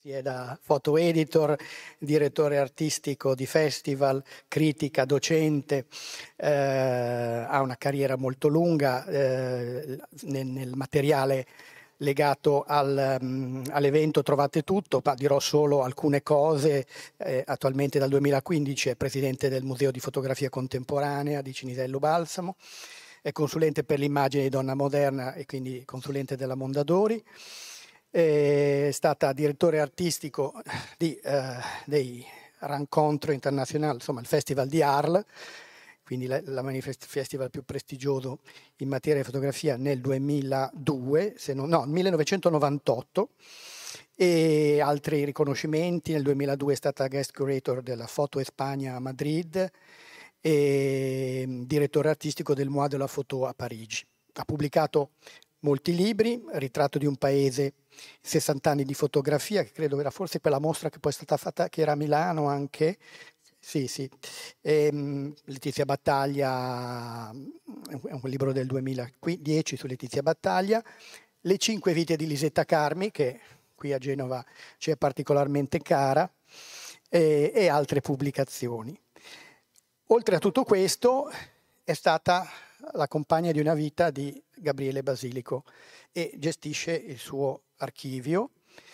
è da foto editor, direttore artistico di festival, critica, docente, ha una carriera molto lunga nel materiale legato all'evento Trovate Tutto, ma dirò solo alcune cose. Attualmente dal 2015 è presidente del Museo di Fotografia Contemporanea di Cinisello Balsamo, è consulente per l'immagine di Donna Moderna e quindi consulente della Mondadori. È stata direttore artistico dei Rencontre Internazionali, insomma il Festival di Arles, quindi il festival più prestigioso in materia di fotografia nel 2002, 1998, e altri riconoscimenti. Nel 2002 è stata guest curator della Foto Espagna a Madrid e direttore artistico del Mois de la Photo a Parigi. Ha pubblicato molti libri, Ritratto di un paese, 60 anni di fotografia, che credo era forse quella mostra che poi è stata fatta, che era a Milano anche. Sì. Letizia Battaglia, è un libro del 2010 su Letizia Battaglia. Le 5 vite di Lisetta Carmi, che qui a Genova ci è particolarmente cara, e altre pubblicazioni. Oltre a tutto questo è stata la compagna di una vita di Gabriele Basilico e gestisce il suo archivio,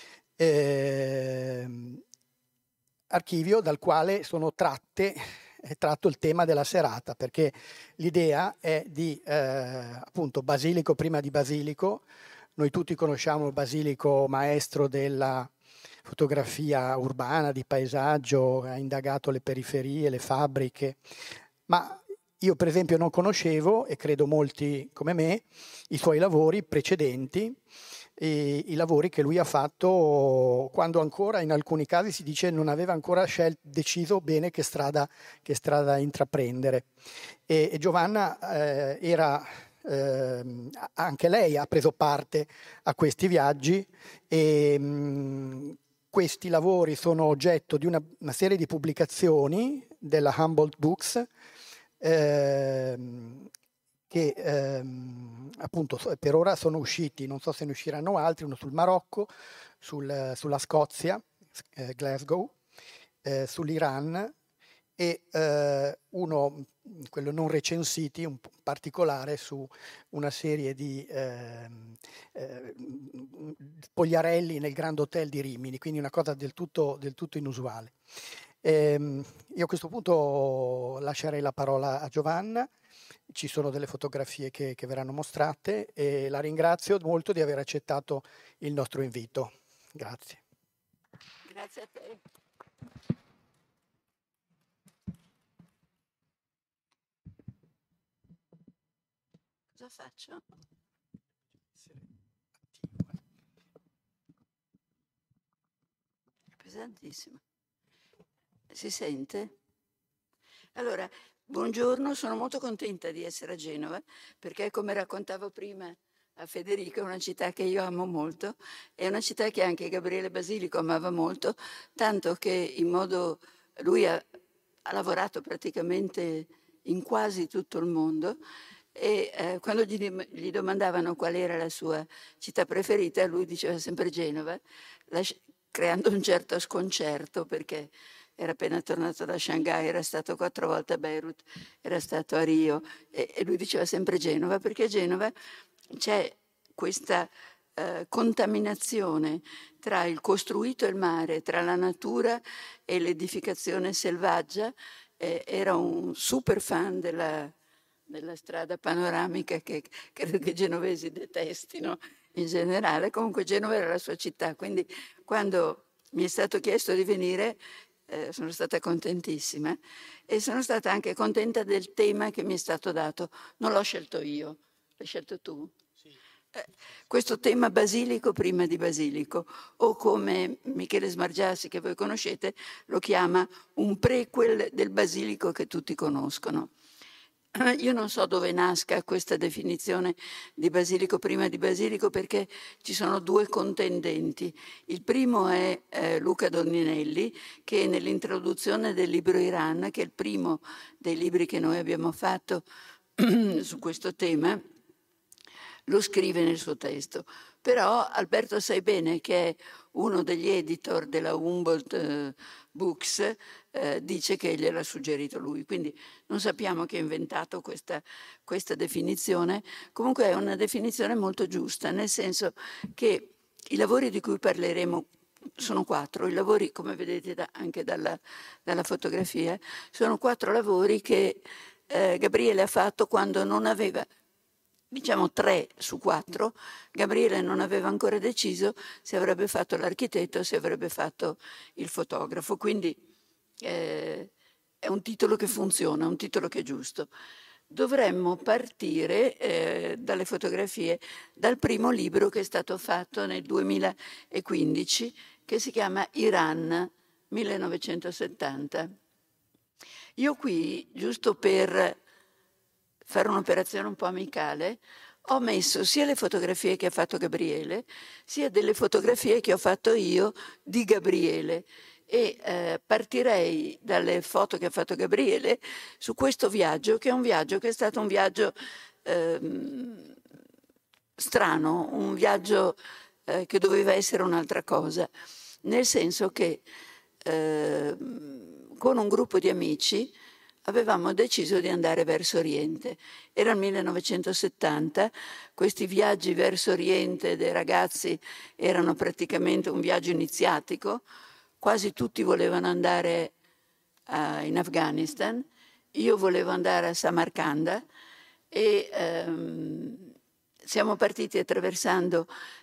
archivio dal quale è tratto il tema della serata, perché l'idea è di appunto Basilico prima di Basilico. Noi tutti conosciamo Basilico, maestro della fotografia urbana, di paesaggio, ha indagato le periferie, le fabbriche, ma io per esempio non conoscevo, e credo molti come me, i suoi lavori precedenti, i lavori che lui ha fatto quando ancora in alcuni casi si dice non aveva ancora deciso bene che strada intraprendere. E Giovanna anche lei ha preso parte a questi viaggi e questi lavori sono oggetto di una serie di pubblicazioni della Humboldt Books, che appunto per ora sono usciti, non so se ne usciranno altri, uno sul Marocco, sulla Scozia, Glasgow, sull'Iran, e uno, quello non recensiti, un particolare su una serie di spogliarelli nel Grand Hotel di Rimini, quindi una cosa del tutto inusuale. Io a questo punto lascerei la parola a Giovanna. Ci sono delle fotografie che verranno mostrate e la ringrazio molto di aver accettato il nostro invito. Grazie. Grazie a te. Cosa faccio? È pesantissimo. Si sente? Allora, buongiorno, sono molto contenta di essere a Genova perché, come raccontavo prima a Federico, è una città che io amo molto, è una città che anche Gabriele Basilico amava molto, tanto che lui ha lavorato praticamente in quasi tutto il mondo, e quando gli domandavano qual era la sua città preferita, lui diceva sempre Genova, creando un certo sconcerto perché era appena tornato da Shanghai, era stato 4 volte a Beirut, era stato a Rio, e lui diceva sempre Genova, perché a Genova c'è questa contaminazione tra il costruito e il mare, tra la natura e l'edificazione selvaggia. Era un super fan della strada panoramica, che credo che i genovesi detestino in generale. Comunque Genova era la sua città, quindi quando mi è stato chiesto di venire sono stata contentissima e sono stata anche contenta del tema che mi è stato dato. Non l'ho scelto io, l'hai scelto tu? Sì. Questo tema Basilico prima di Basilico, o come Michele Smargiassi, che voi conoscete, lo chiama un prequel del Basilico che tutti conoscono. Io non so dove nasca questa definizione di Basilico prima di Basilico, perché ci sono 2 contendenti. Il primo è Luca Dorninelli, che nell'introduzione del libro Iran, che è il primo dei libri che noi abbiamo fatto su questo tema, lo scrive nel suo testo. Però Alberto sai bene che è uno degli editor della Humboldt Books, dice che gliel'ha suggerito lui, quindi non sappiamo chi ha inventato questa definizione. Comunque è una definizione molto giusta, nel senso che i lavori di cui parleremo sono 4, i lavori, come vedete anche dalla fotografia, sono 4 lavori che Gabriele ha fatto quando non aveva, diciamo 3 su 4, Gabriele non aveva ancora deciso se avrebbe fatto l'architetto o se avrebbe fatto il fotografo, quindi è un titolo che funziona, un titolo che è giusto. Dovremmo partire dalle fotografie, dal primo libro che è stato fatto nel 2015, che si chiama Iran 1970. Io qui, giusto per fare un'operazione un po' amicale, ho messo sia le fotografie che ha fatto Gabriele, sia delle fotografie che ho fatto io di Gabriele. E partirei dalle foto che ha fatto Gabriele su questo viaggio, che è stato un viaggio strano, un viaggio che doveva essere un'altra cosa, nel senso che con un gruppo di amici avevamo deciso di andare verso Oriente. Era il 1970, questi viaggi verso Oriente dei ragazzi erano praticamente un viaggio iniziatico, quasi tutti volevano andare in Afghanistan, io volevo andare a Samarcanda e siamo partiti attraversando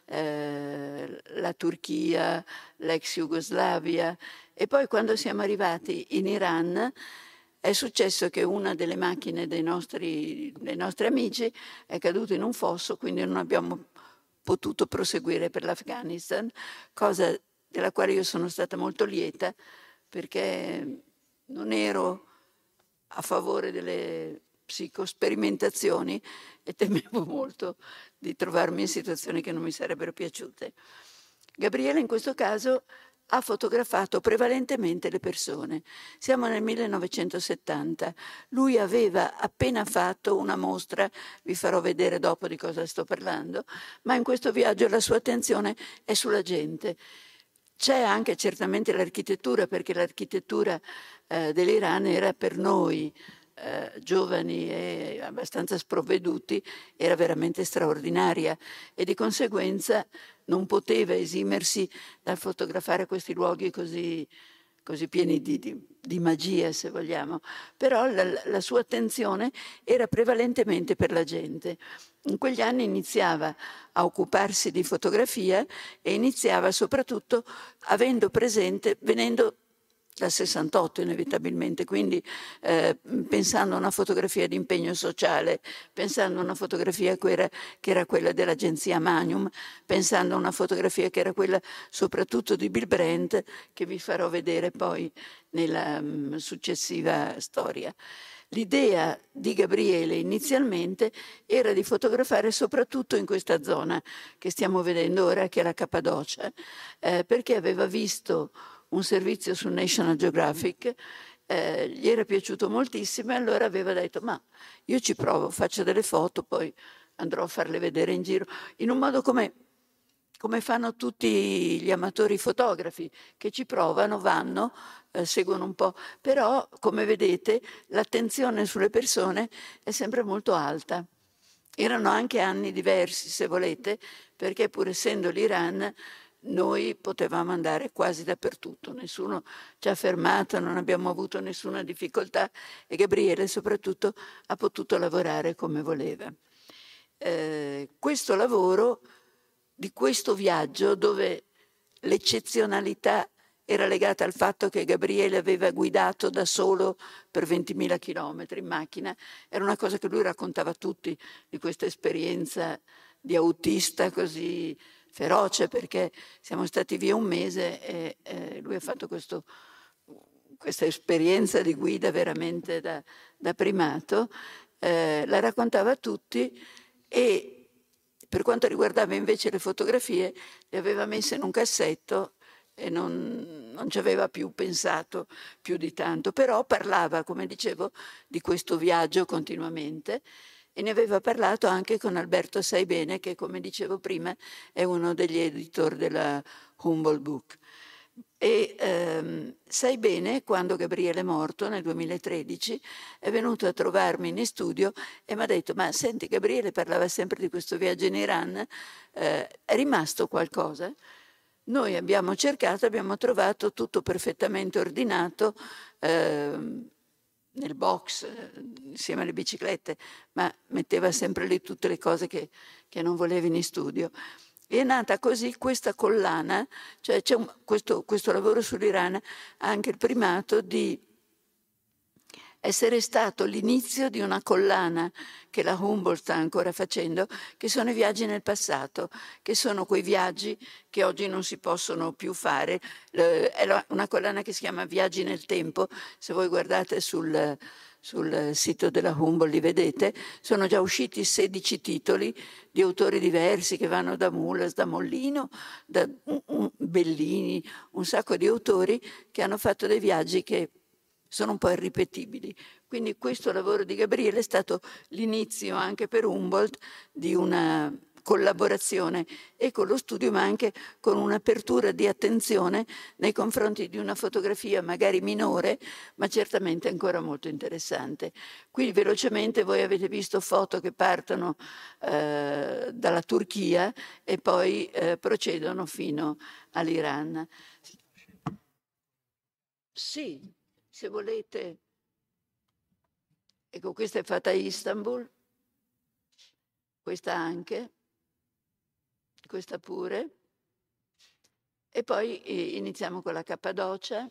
la Turchia, l'ex Jugoslavia e poi quando siamo arrivati in Iran è successo che una delle macchine dei nostri amici è caduta in un fosso, quindi non abbiamo potuto proseguire per l'Afghanistan, cosa della quale io sono stata molto lieta perché non ero a favore delle psicosperimentazioni e temevo molto di trovarmi in situazioni che non mi sarebbero piaciute. Gabriele in questo caso ha fotografato prevalentemente le persone. Siamo nel 1970. Lui aveva appena fatto una mostra, vi farò vedere dopo di cosa sto parlando, ma in questo viaggio la sua attenzione è sulla gente. C'è anche certamente l'architettura, perché l'architettura dell'Iran era per noi giovani e abbastanza sprovveduti, era veramente straordinaria e di conseguenza non poteva esimersi dal fotografare questi luoghi così pieni di magia, se vogliamo. Però la sua attenzione era prevalentemente per la gente. In quegli anni iniziava a occuparsi di fotografia e iniziava soprattutto avendo presente, venendo dal 68 inevitabilmente, quindi pensando a una fotografia di impegno sociale, pensando a una fotografia che era quella dell'agenzia Magnum, pensando a una fotografia che era quella soprattutto di Bill Brandt, che vi farò vedere poi nella successiva storia. L'idea di Gabriele inizialmente era di fotografare soprattutto in questa zona che stiamo vedendo ora, che è la Cappadocia, perché aveva visto un servizio su National Geographic, gli era piaciuto moltissimo e allora aveva detto ma io ci provo, faccio delle foto, poi andrò a farle vedere in giro, in un modo come fanno tutti gli amatori fotografi, che ci provano, vanno, seguono un po', però come vedete l'attenzione sulle persone è sempre molto alta. Erano anche anni diversi, se volete, perché pur essendo l'Iran noi potevamo andare quasi dappertutto, nessuno ci ha fermato, non abbiamo avuto nessuna difficoltà e Gabriele soprattutto ha potuto lavorare come voleva. Questo lavoro di questo viaggio, dove l'eccezionalità era legata al fatto che Gabriele aveva guidato da solo per 20.000 chilometri in macchina, era una cosa che lui raccontava a tutti, di questa esperienza di autista così feroce, perché siamo stati via un mese e lui ha fatto questa esperienza di guida veramente da primato, la raccontava a tutti e per quanto riguardava invece le fotografie le aveva messe in un cassetto e non ci aveva più pensato più di tanto, però parlava, come dicevo, di questo viaggio continuamente e ne aveva parlato anche con Alberto Saibene, che come dicevo prima è uno degli editor della Humboldt Book. E Saibene, quando Gabriele è morto nel 2013, è venuto a trovarmi in studio e mi ha detto: ma senti, Gabriele parlava sempre di questo viaggio in Iran, è rimasto qualcosa? Noi abbiamo cercato, abbiamo trovato tutto perfettamente ordinato nel box insieme alle biciclette, ma metteva sempre lì tutte le cose che non volevi in studio. E è nata così questa collana, cioè c'è questo lavoro sull'Iran ha anche il primato di essere stato l'inizio di una collana che la Humboldt sta ancora facendo, che sono i viaggi nel passato, che sono quei viaggi che oggi non si possono più fare. È una collana che si chiama Viaggi nel tempo, se voi guardate sul sito della Humboldt li vedete, sono già usciti 16 titoli di autori diversi che vanno da Mullas, da Mollino, da Bellini, un sacco di autori che hanno fatto dei viaggi che sono un po' irripetibili. Quindi questo lavoro di Gabriele è stato l'inizio anche per Humboldt di una collaborazione e con lo studio, ma anche con un'apertura di attenzione nei confronti di una fotografia magari minore, ma certamente ancora molto interessante. Qui velocemente voi avete visto foto che partono dalla Turchia e poi procedono fino all'Iran. Sì, se volete. Ecco, questa è fatta a Istanbul, questa anche, questa pure. E poi iniziamo con la Cappadocia.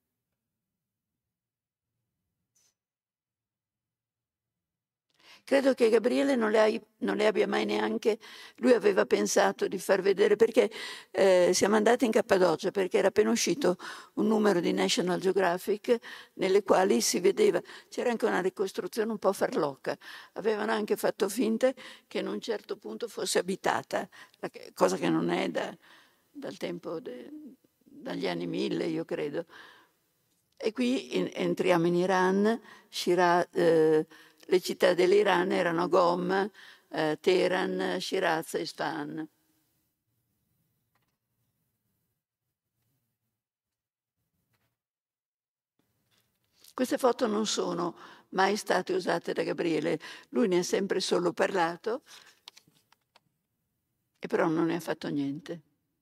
Credo che Gabriele non le abbia mai neanche, lui aveva pensato di far vedere, perché siamo andati in Cappadocia perché era appena uscito un numero di National Geographic nelle quali si vedeva, c'era anche una ricostruzione un po' farlocca, avevano anche fatto finta che in un certo punto fosse abitata, cosa che non è dal tempo, dagli anni 1000 io credo. E qui entriamo in Iran, le città dell'Iran erano Qom, Teheran, Shiraz e Isfahan. Queste foto non sono mai state usate da Gabriele, lui ne ha sempre solo parlato, e però non ne ha fatto niente.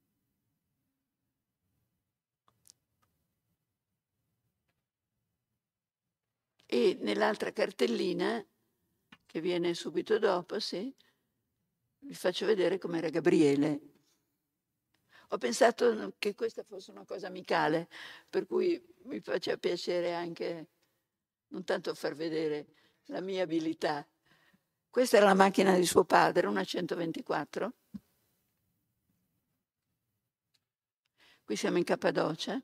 E nell'altra cartellina, che viene subito dopo, sì, vi faccio vedere com'era Gabriele. Ho pensato che questa fosse una cosa amicale, per cui mi faceva piacere anche non tanto far vedere la mia abilità. Questa era la macchina di suo padre, una 124. Qui siamo in Cappadocia.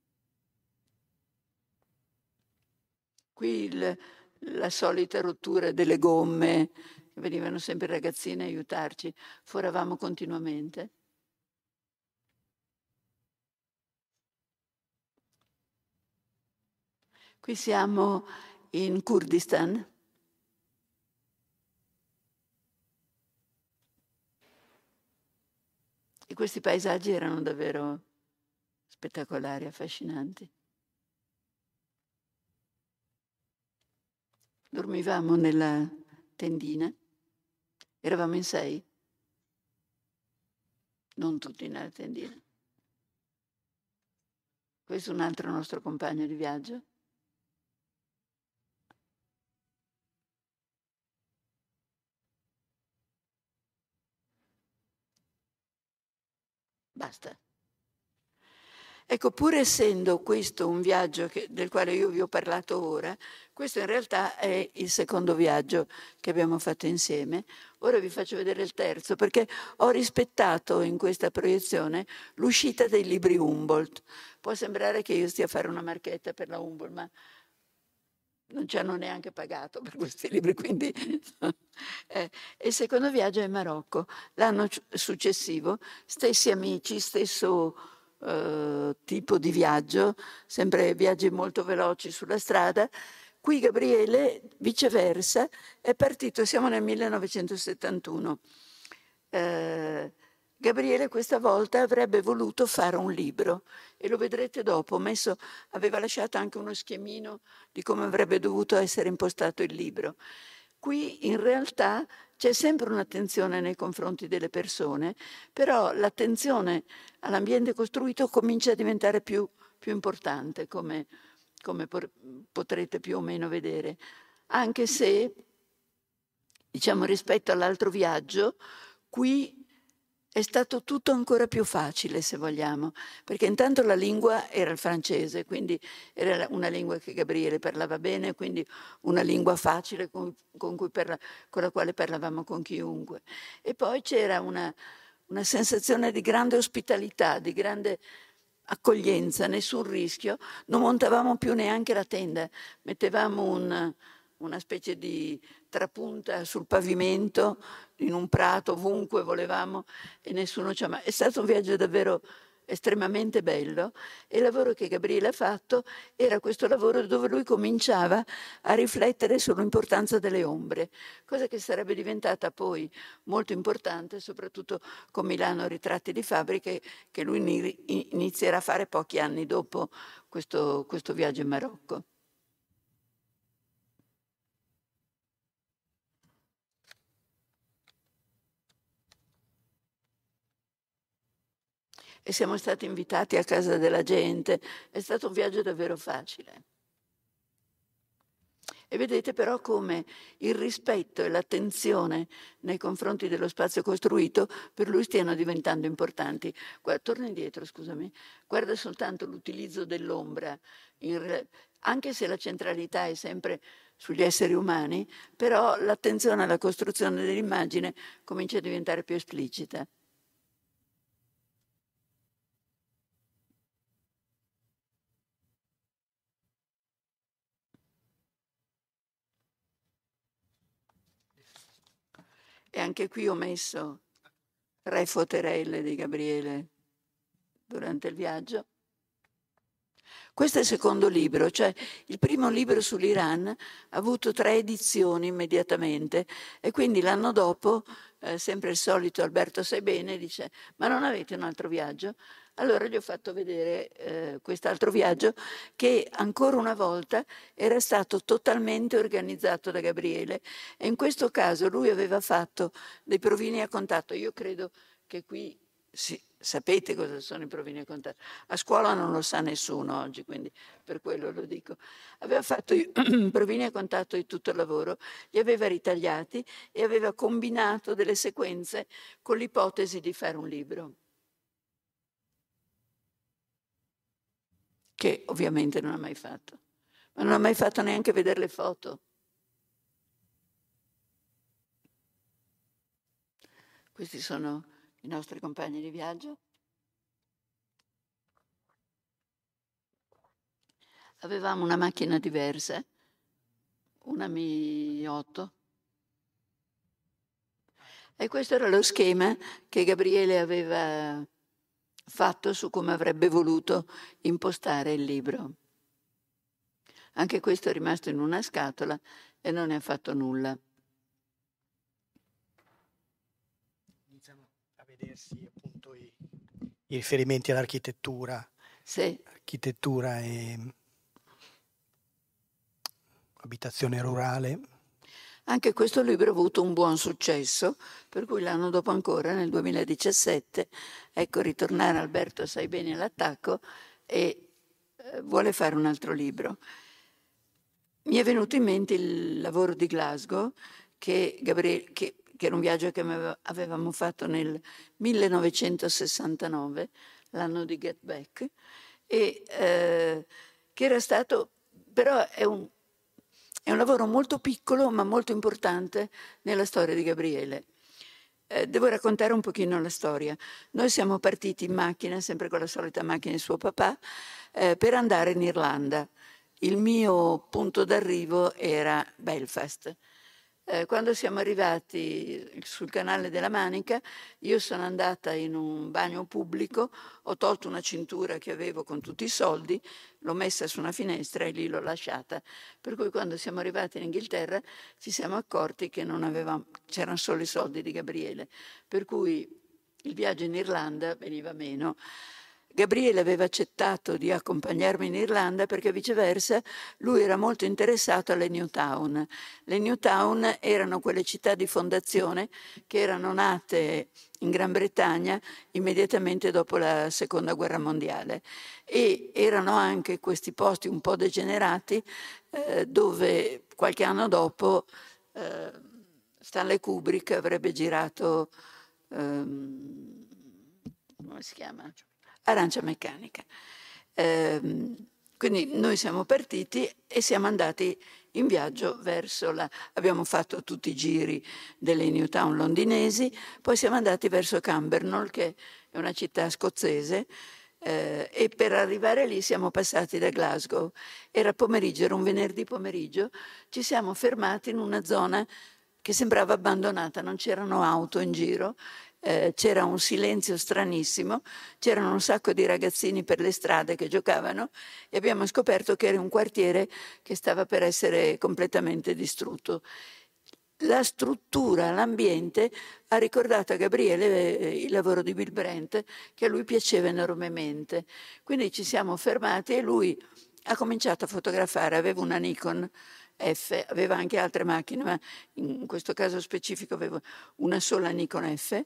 Qui la solita rottura delle gomme, venivano sempre i ragazzini a aiutarci, foravamo continuamente. Qui siamo in Kurdistan. E questi paesaggi erano davvero spettacolari, affascinanti. Dormivamo nella tendina, eravamo in 6, non tutti nella tendina. Questo è un altro nostro compagno di viaggio. Basta. Ecco, pur essendo questo un viaggio del quale io vi ho parlato ora, questo in realtà è il secondo viaggio che abbiamo fatto insieme. Ora vi faccio vedere il terzo, perché ho rispettato in questa proiezione l'uscita dei libri Humboldt. Può sembrare che io stia a fare una marchetta per la Humboldt, ma non ci hanno neanche pagato per questi libri, quindi il secondo viaggio è in Marocco. L'anno successivo, stessi amici, stesso tipo di viaggio, sempre viaggi molto veloci sulla strada. Qui Gabriele, viceversa, è partito, siamo nel 1971. Gabriele questa volta avrebbe voluto fare un libro e lo vedrete dopo, aveva lasciato anche uno schemino di come avrebbe dovuto essere impostato il libro. Qui in realtà c'è sempre un'attenzione nei confronti delle persone, però l'attenzione all'ambiente costruito comincia a diventare più importante, come potrete più o meno vedere. Anche se, diciamo, rispetto all'altro viaggio, qui è stato tutto ancora più facile, se vogliamo, perché intanto la lingua era il francese, quindi era una lingua che Gabriele parlava bene, quindi una lingua facile con la quale parlavamo con chiunque. E poi c'era una sensazione di grande ospitalità, di grande accoglienza, nessun rischio. Non montavamo più neanche la tenda, mettevamo una specie di trapunta sul pavimento, in un prato, ovunque volevamo, e nessuno ci ha. È stato un viaggio davvero estremamente bello, e il lavoro che Gabriele ha fatto era questo lavoro dove lui cominciava a riflettere sull'importanza delle ombre, cosa che sarebbe diventata poi molto importante, soprattutto con Milano Ritratti di fabbriche, che lui inizierà a fare pochi anni dopo questo viaggio in Marocco. E siamo stati invitati a casa della gente, è stato un viaggio davvero facile. E vedete però come il rispetto e l'attenzione nei confronti dello spazio costruito per lui stiano diventando importanti. Torna indietro, scusami. Guarda soltanto l'utilizzo dell'ombra, anche se la centralità è sempre sugli esseri umani, però l'attenzione alla costruzione dell'immagine comincia a diventare più esplicita. E anche qui ho messo Re Foterelle di Gabriele durante il viaggio. Questo è il secondo libro, cioè il primo libro sull'Iran ha avuto 3 edizioni immediatamente, e quindi l'anno dopo, sempre il solito Alberto Saibene dice: ma non avete un altro viaggio? Allora gli ho fatto vedere quest'altro viaggio, che ancora una volta era stato totalmente organizzato da Gabriele, e in questo caso lui aveva fatto dei provini a contatto. Io credo che qui sapete cosa sono i provini a contatto. A scuola non lo sa nessuno oggi, quindi per quello lo dico. Aveva fatto i provini a contatto di tutto il lavoro, li aveva ritagliati e aveva combinato delle sequenze con l'ipotesi di fare un libro, che ovviamente non ha mai fatto. Ma non ha mai fatto neanche vedere le foto. Questi sono i nostri compagni di viaggio. Avevamo una macchina diversa, una Mi 8, e questo era lo schema che Gabriele aveva fatto su come avrebbe voluto impostare il libro. Anche questo è rimasto in una scatola e non ne ha fatto nulla. Iniziamo a vedersi appunto i riferimenti all'architettura. Sì. Architettura e abitazione rurale. Anche questo libro ha avuto un buon successo, per cui l'anno dopo ancora, nel 2017, ecco ritornare Alberto Saibene all'attacco e vuole fare un altro libro. Mi è venuto in mente il lavoro di Glasgow, che era un viaggio che avevamo fatto nel 1969, l'anno di Get Back, e che era stato, però è un lavoro molto piccolo ma molto importante nella storia di Gabriele. Devo raccontare un pochino la storia. Noi siamo partiti in macchina, sempre con la solita macchina di suo papà, per andare in Irlanda. Il mio punto d'arrivo era Belfast. Quando siamo arrivati sul canale della Manica, io sono andata in un bagno pubblico, ho tolto una cintura che avevo con tutti i soldi, l'ho messa su una finestra e lì l'ho lasciata. Per cui quando siamo arrivati in Inghilterra ci siamo accorti che c'erano solo i soldi di Gabriele, per cui il viaggio in Irlanda veniva meno. Gabriele aveva accettato di accompagnarmi in Irlanda perché viceversa lui era molto interessato alle New Town. Le New Town erano quelle città di fondazione che erano nate in Gran Bretagna immediatamente dopo la Seconda Guerra Mondiale e erano anche questi posti un po' degenerati dove qualche anno dopo Stanley Kubrick avrebbe girato come si chiama? Arancia Meccanica. Quindi noi siamo partiti e siamo andati in viaggio verso abbiamo fatto tutti i giri delle New Town londinesi, poi siamo andati verso Cumbernauld, che è una città scozzese, e per arrivare lì siamo passati da Glasgow. Era pomeriggio, era un venerdì pomeriggio, ci siamo fermati in una zona che sembrava abbandonata, non c'erano auto in giro, c'era un silenzio stranissimo, c'erano un sacco di ragazzini per le strade che giocavano e abbiamo scoperto che era un quartiere che stava per essere completamente distrutto. La struttura, l'ambiente ha ricordato a Gabriele il lavoro di Bill Brent, che a lui piaceva enormemente. Quindi ci siamo fermati e lui ha cominciato a fotografare, aveva una Nikon F, aveva anche altre macchine, ma in questo caso specifico aveva una sola Nikon F,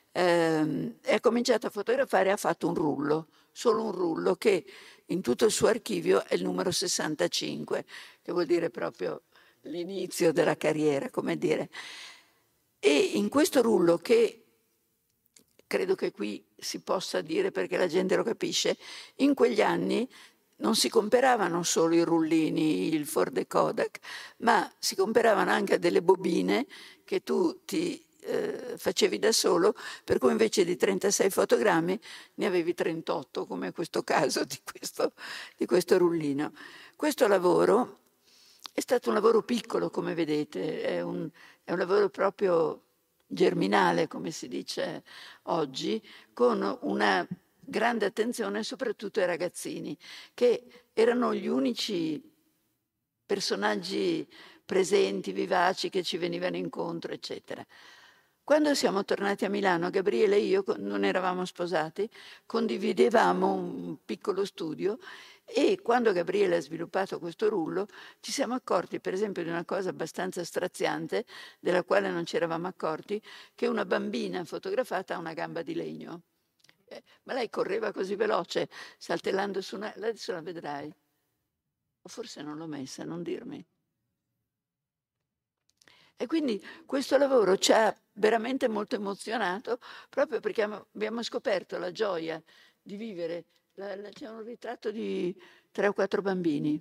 e ha cominciato a fotografare e ha fatto un rullo, solo un rullo, che in tutto il suo archivio è il numero 65, che vuol dire proprio l'inizio della carriera, come dire. E in questo rullo, che credo che qui si possa dire perché la gente lo capisce, in quegli anni non si comperavano solo i rullini, il Ford e Kodak, ma si comperavano anche delle bobine che tu ti facevi da solo, per cui invece di 36 fotogrammi ne avevi 38, come in questo caso di questo rullino. Questo lavoro è stato un lavoro piccolo, come vedete, è un lavoro proprio germinale, come si dice oggi, con una grande attenzione soprattutto ai ragazzini, che erano gli unici personaggi presenti, vivaci, che ci venivano incontro, eccetera. Quando siamo tornati a Milano, Gabriele e io non eravamo sposati, condividevamo un piccolo studio e quando Gabriele ha sviluppato questo rullo ci siamo accorti, per esempio, di una cosa abbastanza straziante, della quale non ci eravamo accorti, che una bambina fotografata ha una gamba di legno. Ma lei correva così veloce, saltellando su una... Adesso la vedrai. O forse non l'ho messa, non dirmi. E quindi questo lavoro ci ha veramente molto emozionato, proprio perché abbiamo scoperto la gioia di vivere. C'è un ritratto di 3 o 4 bambini.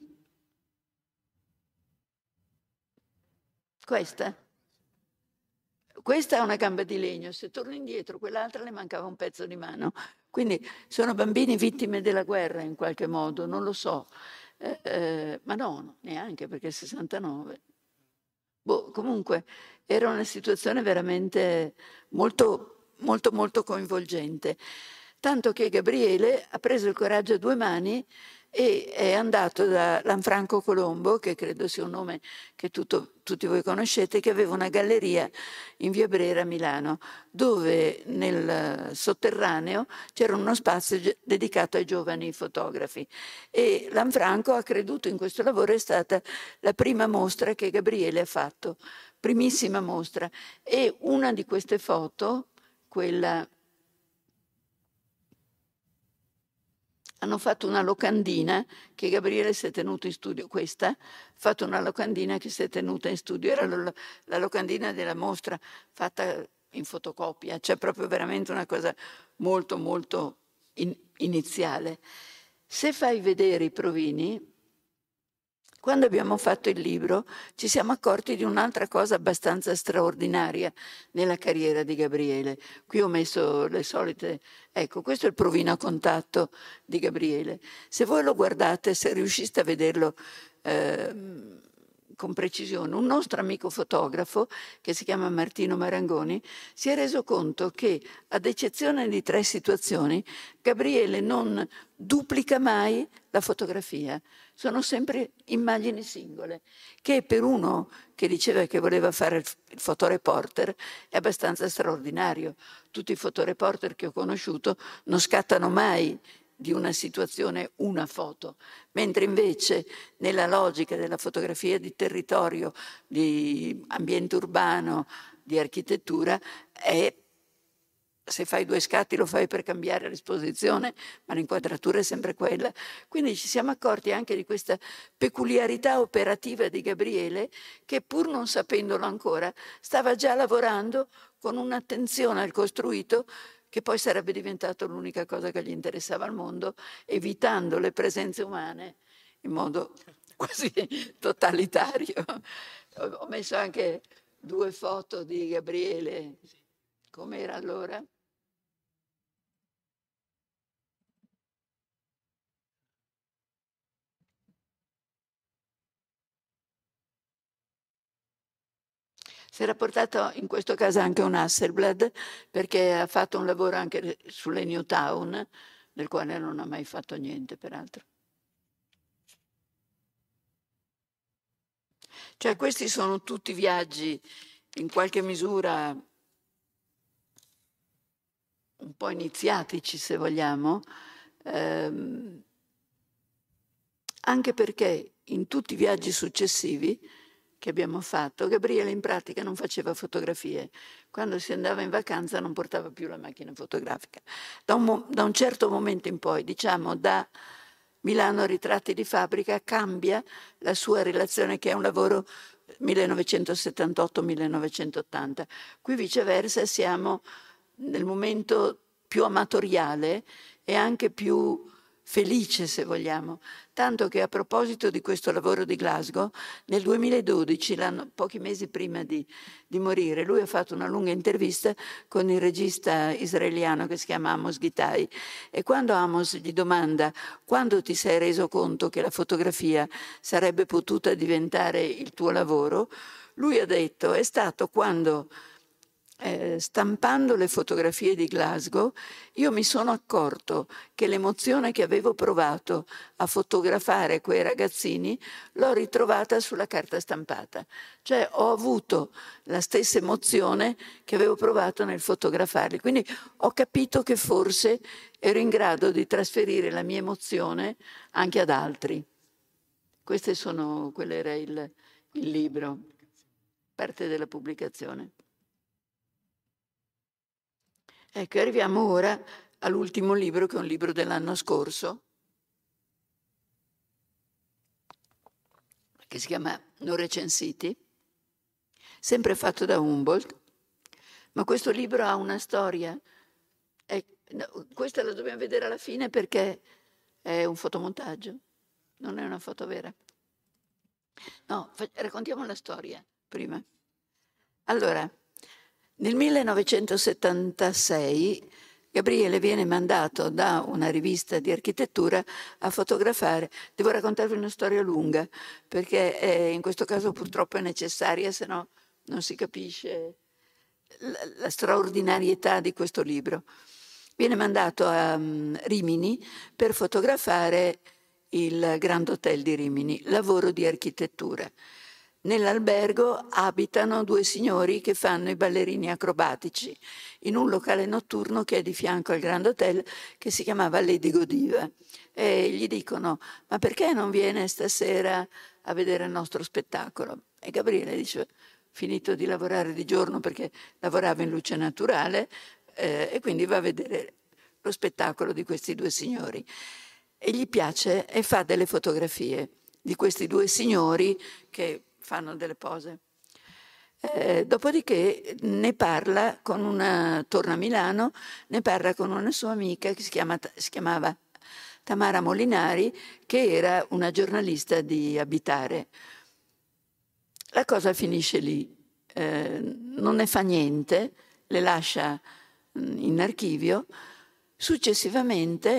Questa è una gamba di legno, se torno indietro quell'altra le mancava un pezzo di mano. Quindi sono bambini vittime della guerra in qualche modo, non lo so. Ma no, neanche perché è 69. Comunque era una situazione veramente molto, molto, molto coinvolgente. Tanto che Gabriele ha preso il coraggio a 2 mani e è andato da Lanfranco Colombo, che credo sia un nome che tutti voi conoscete, che aveva una galleria in via Brera a Milano, dove nel sotterraneo c'era uno spazio dedicato ai giovani fotografi. E Lanfranco ha creduto in questo lavoro, è stata la prima mostra che Gabriele ha fatto, primissima mostra. E una di queste foto, quella... Hanno fatto una locandina che Gabriele si è tenuto in studio, questa, ha fatto una locandina che si è tenuta in studio, era la locandina della mostra fatta in fotocopia, cioè proprio veramente una cosa molto molto iniziale. Se fai vedere i provini, quando abbiamo fatto il libro ci siamo accorti di un'altra cosa abbastanza straordinaria nella carriera di Gabriele. Qui ho messo le solite... Ecco, questo è il provino a contatto di Gabriele. Se voi lo guardate, se riusciste a vederlo con precisione. Un nostro amico fotografo, che si chiama Martino Marangoni, si è reso conto che, ad eccezione di 3 situazioni, Gabriele non duplica mai la fotografia. Sono sempre immagini singole, che per uno che diceva che voleva fare il fotoreporter è abbastanza straordinario. Tutti i fotoreporter che ho conosciuto non scattano mai di una situazione una foto, mentre invece nella logica della fotografia di territorio, di ambiente urbano, di architettura, se fai 2 scatti lo fai per cambiare l'esposizione, ma l'inquadratura è sempre quella. Quindi ci siamo accorti anche di questa peculiarità operativa di Gabriele, che pur non sapendolo ancora, stava già lavorando con un'attenzione al costruito che poi sarebbe diventato l'unica cosa che gli interessava al mondo, evitando le presenze umane in modo quasi totalitario. Ho messo anche 2 foto di Gabriele, come era allora. Si era portato in questo caso anche un Hasselblad, perché ha fatto un lavoro anche sulle Newtown, del quale non ha mai fatto niente, peraltro. Cioè, questi sono tutti viaggi, in qualche misura, un po' iniziatici, se vogliamo, anche perché in tutti i viaggi successivi che abbiamo fatto, Gabriele in pratica non faceva fotografie. Quando si andava in vacanza non portava più la macchina fotografica. Da un certo momento in poi, diciamo da Milano Ritratti di fabbrica, cambia la sua relazione, che è un lavoro 1978-1980. Qui viceversa siamo nel momento più amatoriale e anche più felice, se vogliamo. Tanto che, a proposito di questo lavoro di Glasgow, nel 2012, pochi mesi prima di morire, lui ha fatto una lunga intervista con il regista israeliano che si chiama Amos Gitai, e quando Amos gli domanda: quando ti sei reso conto che la fotografia sarebbe potuta diventare il tuo lavoro, lui ha detto: è stato quando, stampando le fotografie di Glasgow, io mi sono accorto che l'emozione che avevo provato a fotografare quei ragazzini l'ho ritrovata sulla carta stampata. Cioè ho avuto la stessa emozione che avevo provato nel fotografarli. Quindi ho capito che forse ero in grado di trasferire la mia emozione anche ad altri. Quello era il libro, parte della pubblicazione. Ecco, arriviamo ora all'ultimo libro, che è un libro dell'anno scorso, che si chiama Non recensiti, sempre fatto da Humboldt, ma questo libro ha una storia. Questa la dobbiamo vedere alla fine perché è un fotomontaggio, non è una foto vera. No, raccontiamo la storia prima. Allora, nel 1976 Gabriele viene mandato da una rivista di architettura a fotografare. Devo raccontarvi una storia lunga, perché in questo caso purtroppo è necessaria, se no non si capisce la straordinarietà di questo libro. Viene mandato a Rimini per fotografare il Grand Hotel di Rimini, lavoro di architettura. Nell'albergo abitano 2 signori che fanno i ballerini acrobatici in un locale notturno che è di fianco al Grand Hotel, che si chiamava Lady Godiva. E gli dicono: ma perché non viene stasera a vedere il nostro spettacolo? E Gabriele dice: finito di lavorare di giorno, perché lavorava in luce naturale, e quindi va a vedere lo spettacolo di questi 2 signori. E gli piace e fa delle fotografie di questi 2 signori che fanno delle pose. Dopodiché ne parla torna a Milano, ne parla con una sua amica che si chiamava Tamara Molinari, che era una giornalista di Abitare. La cosa finisce lì, non ne fa niente, le lascia in archivio. Successivamente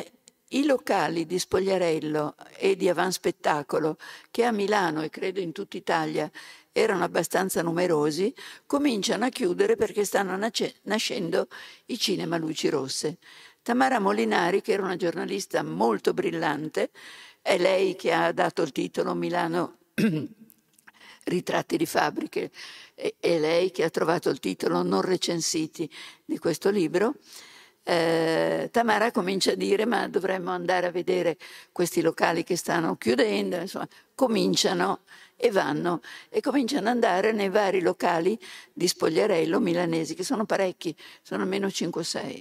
i locali di Spogliarello e di avanspettacolo, che a Milano e credo in tutta Italia erano abbastanza numerosi, cominciano a chiudere perché stanno nascendo i cinema luci rosse. Tamara Molinari, che era una giornalista molto brillante, è lei che ha dato il titolo Milano Ritratti di fabbriche, è lei che ha trovato il titolo Non recensiti di questo libro. Tamara comincia a dire: ma dovremmo andare a vedere questi locali che stanno chiudendo. Insomma, cominciano e vanno e cominciano ad andare nei vari locali di Spogliarello milanesi, che sono parecchi, sono almeno 5-6.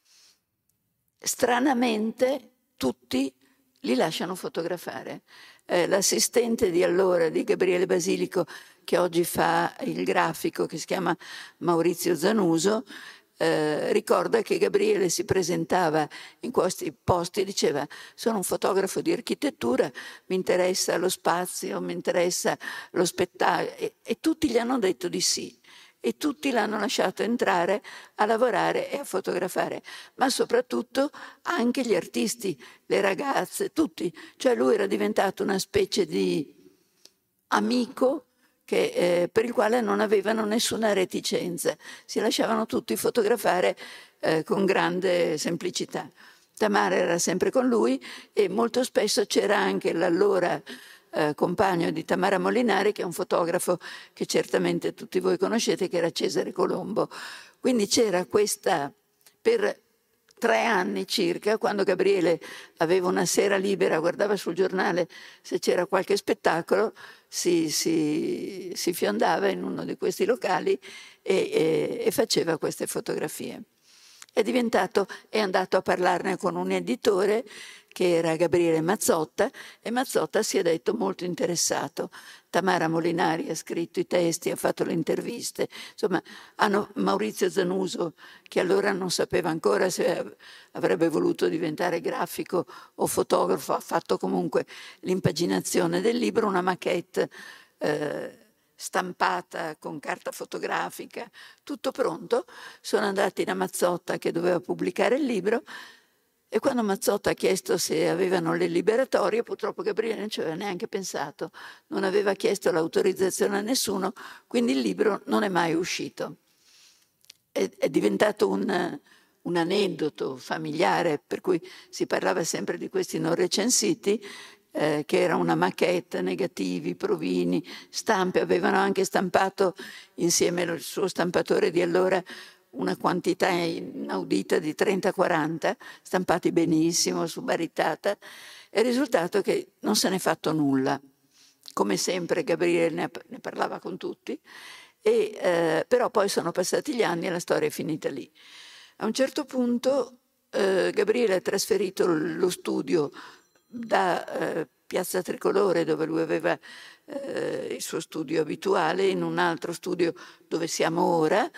Stranamente tutti li lasciano fotografare. L'assistente di allora di Gabriele Basilico, che oggi fa il grafico, che si chiama Maurizio Zanuso, ricorda che Gabriele si presentava in questi posti e diceva: sono un fotografo di architettura, mi interessa lo spazio, mi interessa lo spettacolo, e tutti gli hanno detto di sì. E tutti l'hanno lasciato entrare a lavorare e a fotografare, ma soprattutto anche gli artisti, le ragazze, tutti. Cioè lui era diventato una specie di amico per il quale non avevano nessuna reticenza, si lasciavano tutti fotografare con grande semplicità. Tamara era sempre con lui e molto spesso c'era anche l'allora compagno di Tamara Molinari, che è un fotografo che certamente tutti voi conoscete, che era Cesare Colombo. Quindi c'era questa, per 3 anni circa, quando Gabriele aveva una sera libera, guardava sul giornale se c'era qualche spettacolo, si fiondava in uno di questi locali e faceva queste fotografie. È andato a parlarne con un editore che era Gabriele Mazzotta, e Mazzotta si è detto molto interessato. Tamara Molinari ha scritto i testi, ha fatto le interviste, insomma Maurizio Zanuso, che allora non sapeva ancora se avrebbe voluto diventare grafico o fotografo, ha fatto comunque l'impaginazione del libro, una maquette stampata con carta fotografica, tutto pronto. Sono andati da Mazzotta, che doveva pubblicare il libro, e quando Mazzotta ha chiesto se avevano le liberatorie, purtroppo Gabriele non ci aveva neanche pensato, non aveva chiesto l'autorizzazione a nessuno, quindi il libro non è mai uscito. È diventato un aneddoto familiare, per cui si parlava sempre di questi non recensiti, che era una maquette, negativi, provini, stampe. Avevano anche stampato insieme al suo stampatore di allora una quantità inaudita di 30-40, stampati benissimo su baritata. È il risultato che non se n'è fatto nulla. Come sempre Gabriele ne parlava con tutti, però poi sono passati gli anni e la storia è finita lì. A un certo punto Gabriele ha trasferito lo studio da Piazza Tricolore, dove lui aveva il suo studio abituale, in un altro studio dove siamo ora,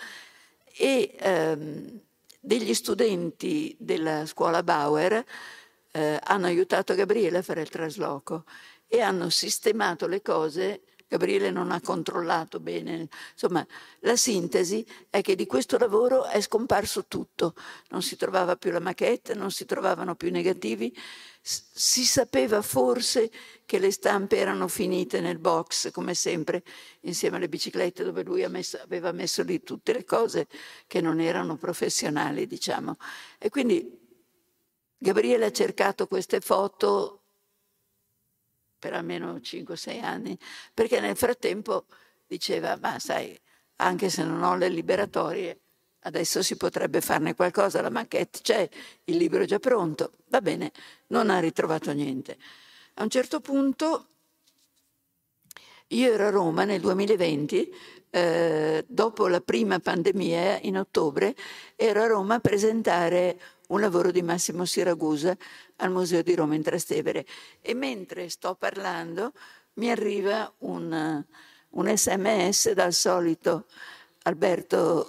e degli studenti della scuola Bauer hanno aiutato Gabriele a fare il trasloco e hanno sistemato le cose. Gabriele non ha controllato bene. Insomma, la sintesi è che di questo lavoro è scomparso tutto. Non si trovava più la maquette, non si trovavano più i negativi. Si sapeva forse che le stampe erano finite nel box, come sempre, insieme alle biciclette, dove lui aveva messo lì tutte le cose che non erano professionali, diciamo. E quindi Gabriele ha cercato queste foto per almeno 5-6 anni, perché nel frattempo diceva: ma sai, anche se non ho le liberatorie, adesso si potrebbe farne qualcosa, la maquette c'è, il libro è già pronto. Va bene, non ha ritrovato niente. A un certo punto, io ero a Roma nel 2020, dopo la prima pandemia, in ottobre, ero a Roma a presentare un lavoro di Massimo Siragusa al Museo di Roma in Trastevere, e mentre sto parlando mi arriva un SMS dal solito Alberto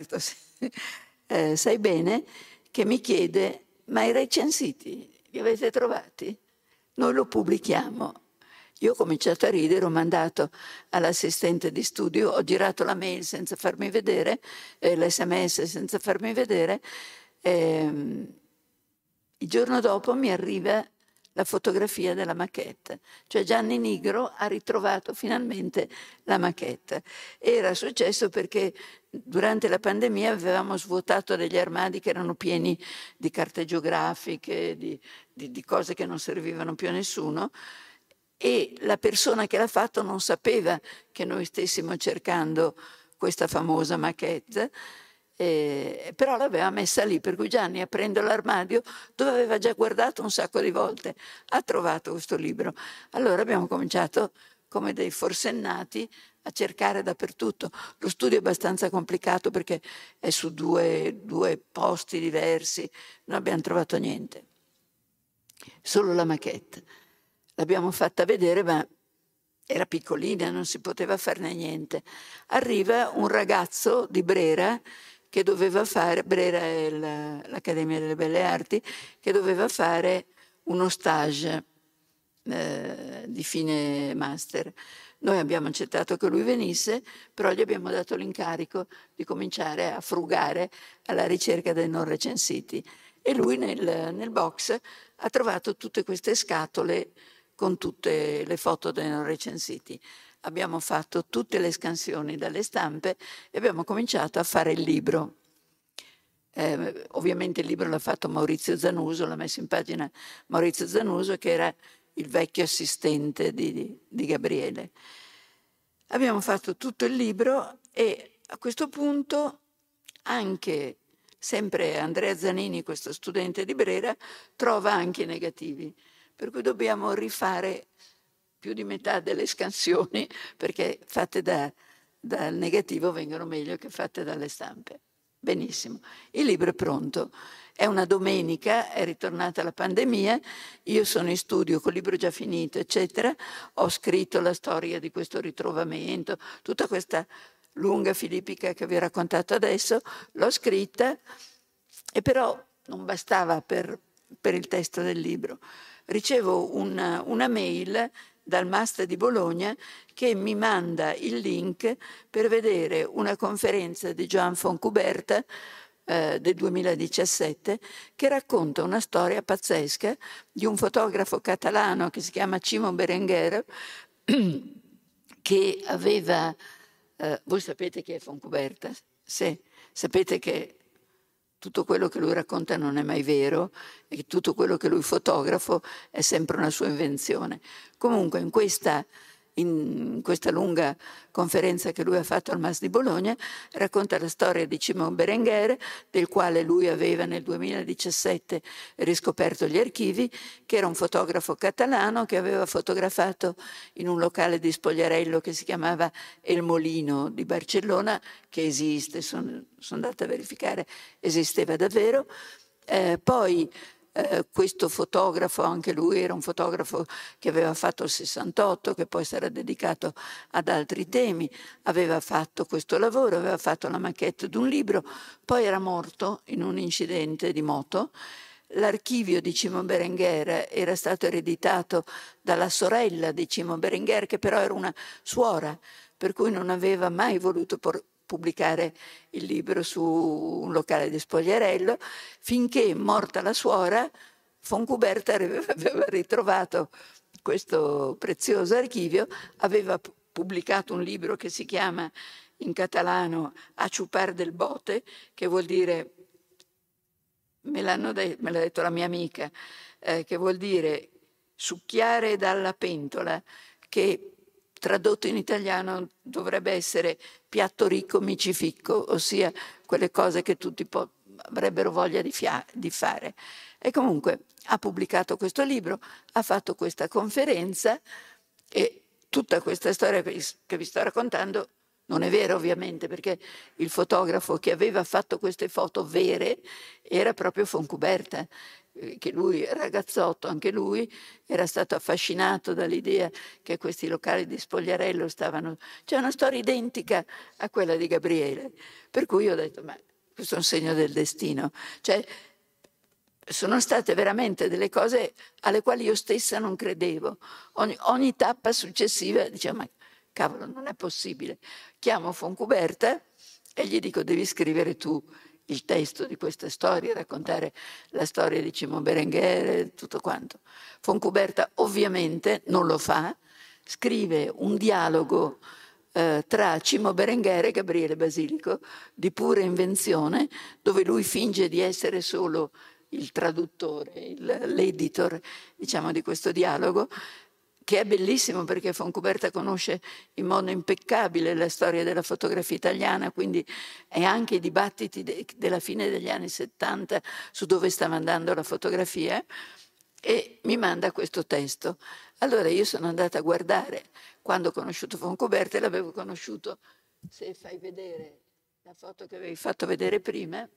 sai bene, che mi chiede: ma i recensiti li avete trovati? Noi lo pubblichiamo. Io ho cominciato a ridere, ho mandato all'assistente di studio, ho girato la mail senza farmi vedere, l'SMS senza farmi vedere, Il giorno dopo mi arriva la fotografia della maquette, cioè Gianni Nigro ha ritrovato finalmente la maquette. Era successo perché durante la pandemia avevamo svuotato degli armadi che erano pieni di carte geografiche, di cose che non servivano più a nessuno, e la persona che l'ha fatto non sapeva che noi stessimo cercando questa famosa maquette, però l'aveva messa lì, per cui Gianni, aprendo l'armadio dove aveva già guardato un sacco di volte, ha trovato questo libro. Allora abbiamo cominciato come dei forsennati a cercare dappertutto. Lo studio è abbastanza complicato perché è su due posti diversi, non abbiamo trovato niente, solo la maquette. L'abbiamo fatta vedere, ma era piccolina, non si poteva farne niente. Arriva un ragazzo di Brera che doveva fare, Brera è l'Accademia delle Belle Arti, che doveva fare uno stage di fine master. Noi abbiamo accettato che lui venisse, però gli abbiamo dato l'incarico di cominciare a frugare alla ricerca dei non recensiti. E lui nel box ha trovato tutte queste scatole con tutte le foto dei non recensiti. Abbiamo fatto tutte le scansioni dalle stampe e abbiamo cominciato a fare il libro. Ovviamente il libro l'ha fatto Maurizio Zanuso, l'ha messo in pagina Maurizio Zanuso, che era il vecchio assistente di Gabriele. Abbiamo fatto tutto il libro e a questo punto anche sempre Andrea Zanini, questo studente di Brera, trova anche i negativi, per cui dobbiamo rifare più di metà delle scansioni perché fatte dal negativo vengono meglio che fatte dalle stampe. Benissimo, il libro è pronto. È una domenica, è ritornata la pandemia, io sono in studio col libro già finito, eccetera, ho scritto la storia di questo ritrovamento, tutta questa lunga filippica che vi ho raccontato adesso, l'ho scritta e però non bastava per il testo del libro. Ricevo una mail dal Master di Bologna che mi manda il link per vedere una conferenza di Joan Fontcuberta del 2017 che racconta una storia pazzesca di un fotografo catalano che si chiama Chimo Berenguer che aveva... voi sapete chi è Fontcuberta? Sì, sapete che tutto quello che lui racconta non è mai vero e che tutto quello che lui fotografo è sempre una sua invenzione. Comunque in questa lunga conferenza che lui ha fatto al MAS di Bologna racconta la storia di Chimo Berenguer, del quale lui aveva nel 2017 riscoperto gli archivi, che era un fotografo catalano che aveva fotografato in un locale di Spogliarello che si chiamava El Molino di Barcellona, che esiste, sono andata a verificare, esisteva davvero. Poi questo fotografo, anche lui era un fotografo che aveva fatto il 68, che poi sarà dedicato ad altri temi, aveva fatto questo lavoro, aveva fatto la maquette di un libro, poi era morto in un incidente di moto. L'archivio di Chimo Berenguer era stato ereditato dalla sorella di Chimo Berenguer, che però era una suora, per cui non aveva mai voluto pubblicare il libro su un locale di Spogliarello, finché, morta la suora, Fontcuberta aveva ritrovato questo prezioso archivio, aveva pubblicato un libro che si chiama in catalano A chupar del bote, che vuol dire, me l'ha detto la mia amica, che vuol dire succhiare dalla pentola, che tradotto in italiano dovrebbe essere piatto ricco micificco, ossia quelle cose che tutti avrebbero voglia di fare. E comunque ha pubblicato questo libro, ha fatto questa conferenza e tutta questa storia che vi sto raccontando non è vera ovviamente, perché il fotografo che aveva fatto queste foto vere era proprio Fontcuberta, che lui, ragazzotto, anche lui, era stato affascinato dall'idea che questi locali di Spogliarello stavano... C'è una storia identica a quella di Gabriele, per cui ho detto, ma questo è un segno del destino. Cioè, sono state veramente delle cose alle quali io stessa non credevo. Ogni tappa successiva dicevo, ma cavolo, non è possibile. Chiamo Fontcuberta e gli dico, devi scrivere tu il testo di questa storia, raccontare la storia di Cimo Berenguer, tutto quanto. Fontcuberta ovviamente non lo fa, scrive un dialogo tra Cimo Berenguer e Gabriele Basilico di pura invenzione, dove lui finge di essere solo il traduttore, l'editor, diciamo, di questo dialogo, che è bellissimo perché Fontcuberta conosce in modo impeccabile la storia della fotografia italiana, quindi è anche i dibattiti della fine degli anni 70 su dove stava andando la fotografia, e mi manda questo testo. Allora io sono andata a guardare, quando ho conosciuto Fontcuberta, e l'avevo conosciuto, se fai vedere la foto che avevi fatto vedere prima.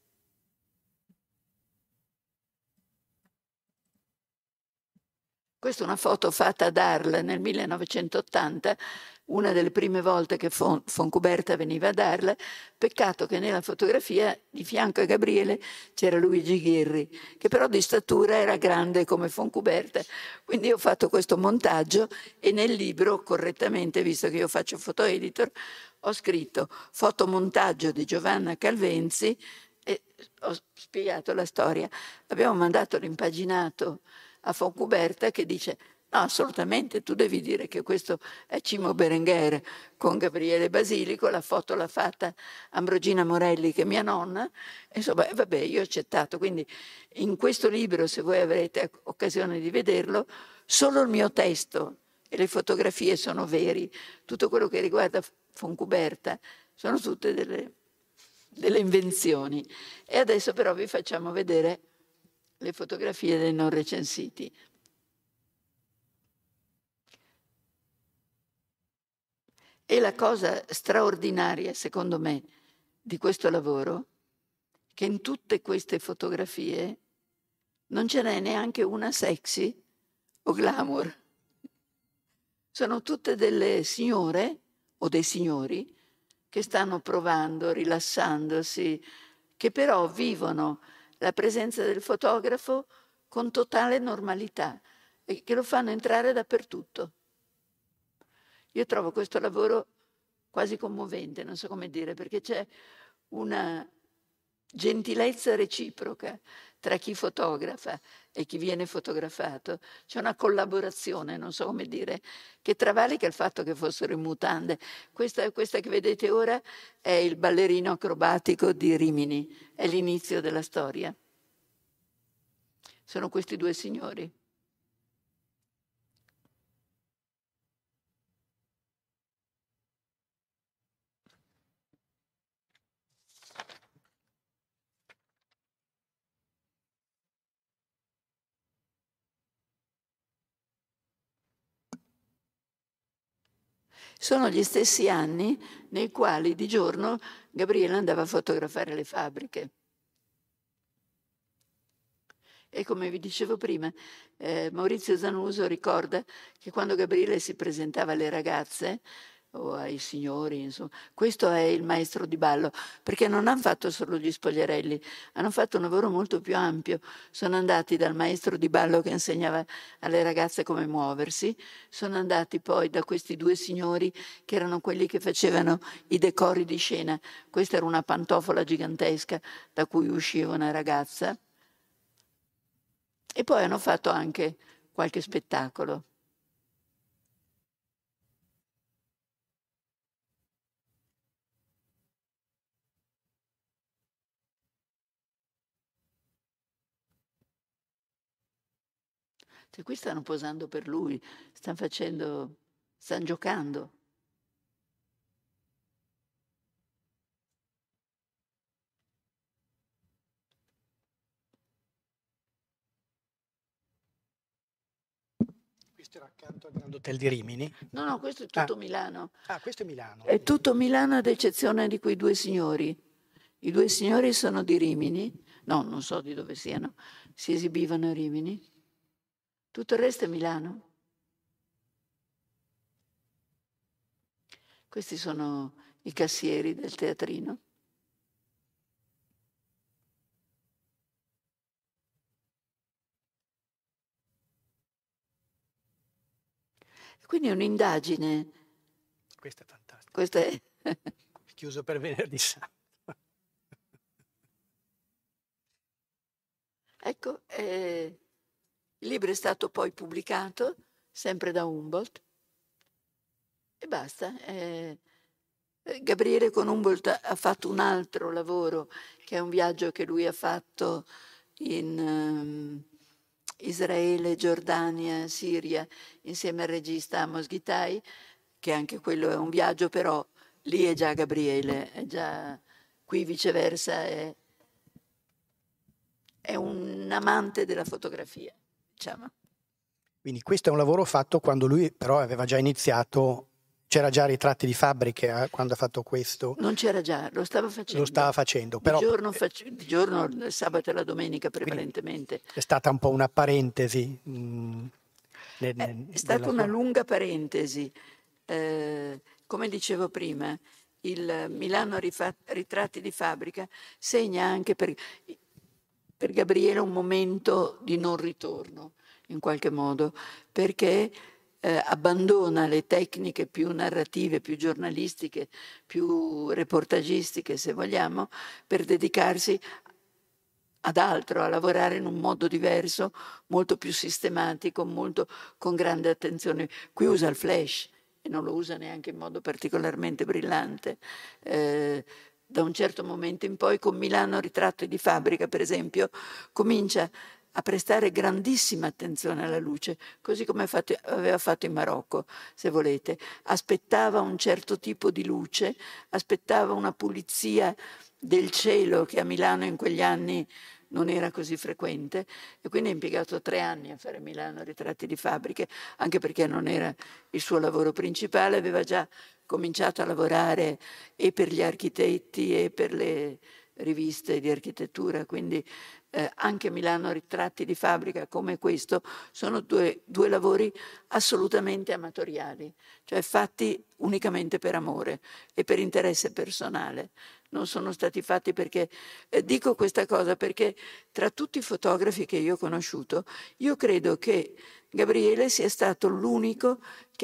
Questa è una foto fatta ad Arles nel 1980, una delle prime volte che Fontcuberta veniva ad Arles. Peccato che nella fotografia di fianco a Gabriele c'era Luigi Ghirri, che però di statura era grande come Fontcuberta. Quindi ho fatto questo montaggio e nel libro, correttamente, visto che io faccio foto editor, ho scritto fotomontaggio di Giovanna Calvenzi e ho spiegato la storia. Abbiamo mandato l'impaginato a Fontcuberta, che dice: no, assolutamente, tu devi dire che questo è Cimo Berenguer con Gabriele Basilico, la foto l'ha fatta Ambrogina Morelli, che è mia nonna, insomma, vabbè, io ho accettato. Quindi in questo libro, se voi avrete occasione di vederlo, solo il mio testo e le fotografie sono veri. Tutto quello che riguarda Fontcuberta sono tutte delle invenzioni. E adesso però vi facciamo vedere le fotografie dei non recensiti. E la cosa straordinaria, secondo me, di questo lavoro, che in tutte queste fotografie non ce n'è neanche una sexy o glamour. Sono tutte delle signore o dei signori che stanno provando, rilassandosi, che però vivono la presenza del fotografo con totale normalità e che lo fanno entrare dappertutto. Io trovo questo lavoro quasi commovente, non so come dire, perché c'è una gentilezza reciproca tra chi fotografa e chi viene fotografato. C'è una collaborazione, non so come dire, che travalica il fatto che fossero in mutande. Questa che vedete ora è il ballerino acrobatico di Rimini, è l'inizio della storia. Sono questi due signori. Sono gli stessi anni nei quali di giorno Gabriele andava a fotografare le fabbriche. E come vi dicevo prima, Maurizio Zanuso ricorda che quando Gabriele si presentava alle ragazze o ai signori, insomma, questo è il maestro di ballo, perché non hanno fatto solo gli spogliarelli, hanno fatto un lavoro molto più ampio. Sono andati dal maestro di ballo che insegnava alle ragazze come muoversi, sono andati poi da questi due signori che erano quelli che facevano i decori di scena. Questa era una pantofola gigantesca da cui usciva una ragazza. E poi hanno fatto anche qualche spettacolo. Cioè, qui stanno posando per lui, stanno giocando. Questo era accanto al Grand Hotel di Rimini? No, questo è tutto Milano. Ah, questo è Milano. È tutto Milano ad eccezione di quei due signori. I due signori sono di Rimini, no, non so di dove siano, si esibivano a Rimini. Tutto il resto è Milano. Questi sono i cassieri del teatrino. Quindi è un'indagine. Questo è fantastico. Questa è Chiuso per venerdì santo. Ecco, il libro è stato poi pubblicato, sempre da Humboldt, e basta. Gabriele con Humboldt ha fatto un altro lavoro, che è un viaggio che lui ha fatto in Israele, Giordania, Siria, insieme al regista Amos Gitaï, che anche quello è un viaggio, però lì è già Gabriele, è già qui viceversa, è un amante della fotografia, diciamo. Quindi questo è un lavoro fatto quando lui però aveva già iniziato, c'era già Ritratti di fabbriche quando ha fatto questo? Non c'era già, lo stava facendo. Lo stava facendo, però di giorno il sabato e la domenica prevalentemente. È stata un po' una parentesi. È stata una lunga parentesi. Come dicevo prima, il Milano Ritratti di fabbrica segna anche per Gabriele un momento di non ritorno, in qualche modo, perché abbandona le tecniche più narrative, più giornalistiche, più reportagistiche, se vogliamo, per dedicarsi ad altro, a lavorare in un modo diverso, molto più sistematico, con grande attenzione. Qui usa il flash e non lo usa neanche in modo particolarmente brillante. Da un certo momento in poi, con Milano Ritratti di fabbrica, per esempio, comincia a prestare grandissima attenzione alla luce, così come aveva fatto in Marocco, se volete. Aspettava un certo tipo di luce, aspettava una pulizia del cielo che a Milano in quegli anni non era così frequente, e quindi ha impiegato 3 anni a fare Milano Ritratti di fabbriche, anche perché non era il suo lavoro principale, aveva già cominciato a lavorare e per gli architetti e per le riviste di architettura, quindi anche Milano Ritratti di fabbrica come questo sono due lavori assolutamente amatoriali, cioè fatti unicamente per amore e per interesse personale. Non sono stati fatti perché, dico questa cosa perché tra tutti i fotografi che io ho conosciuto, io credo che Gabriele sia stato l'unico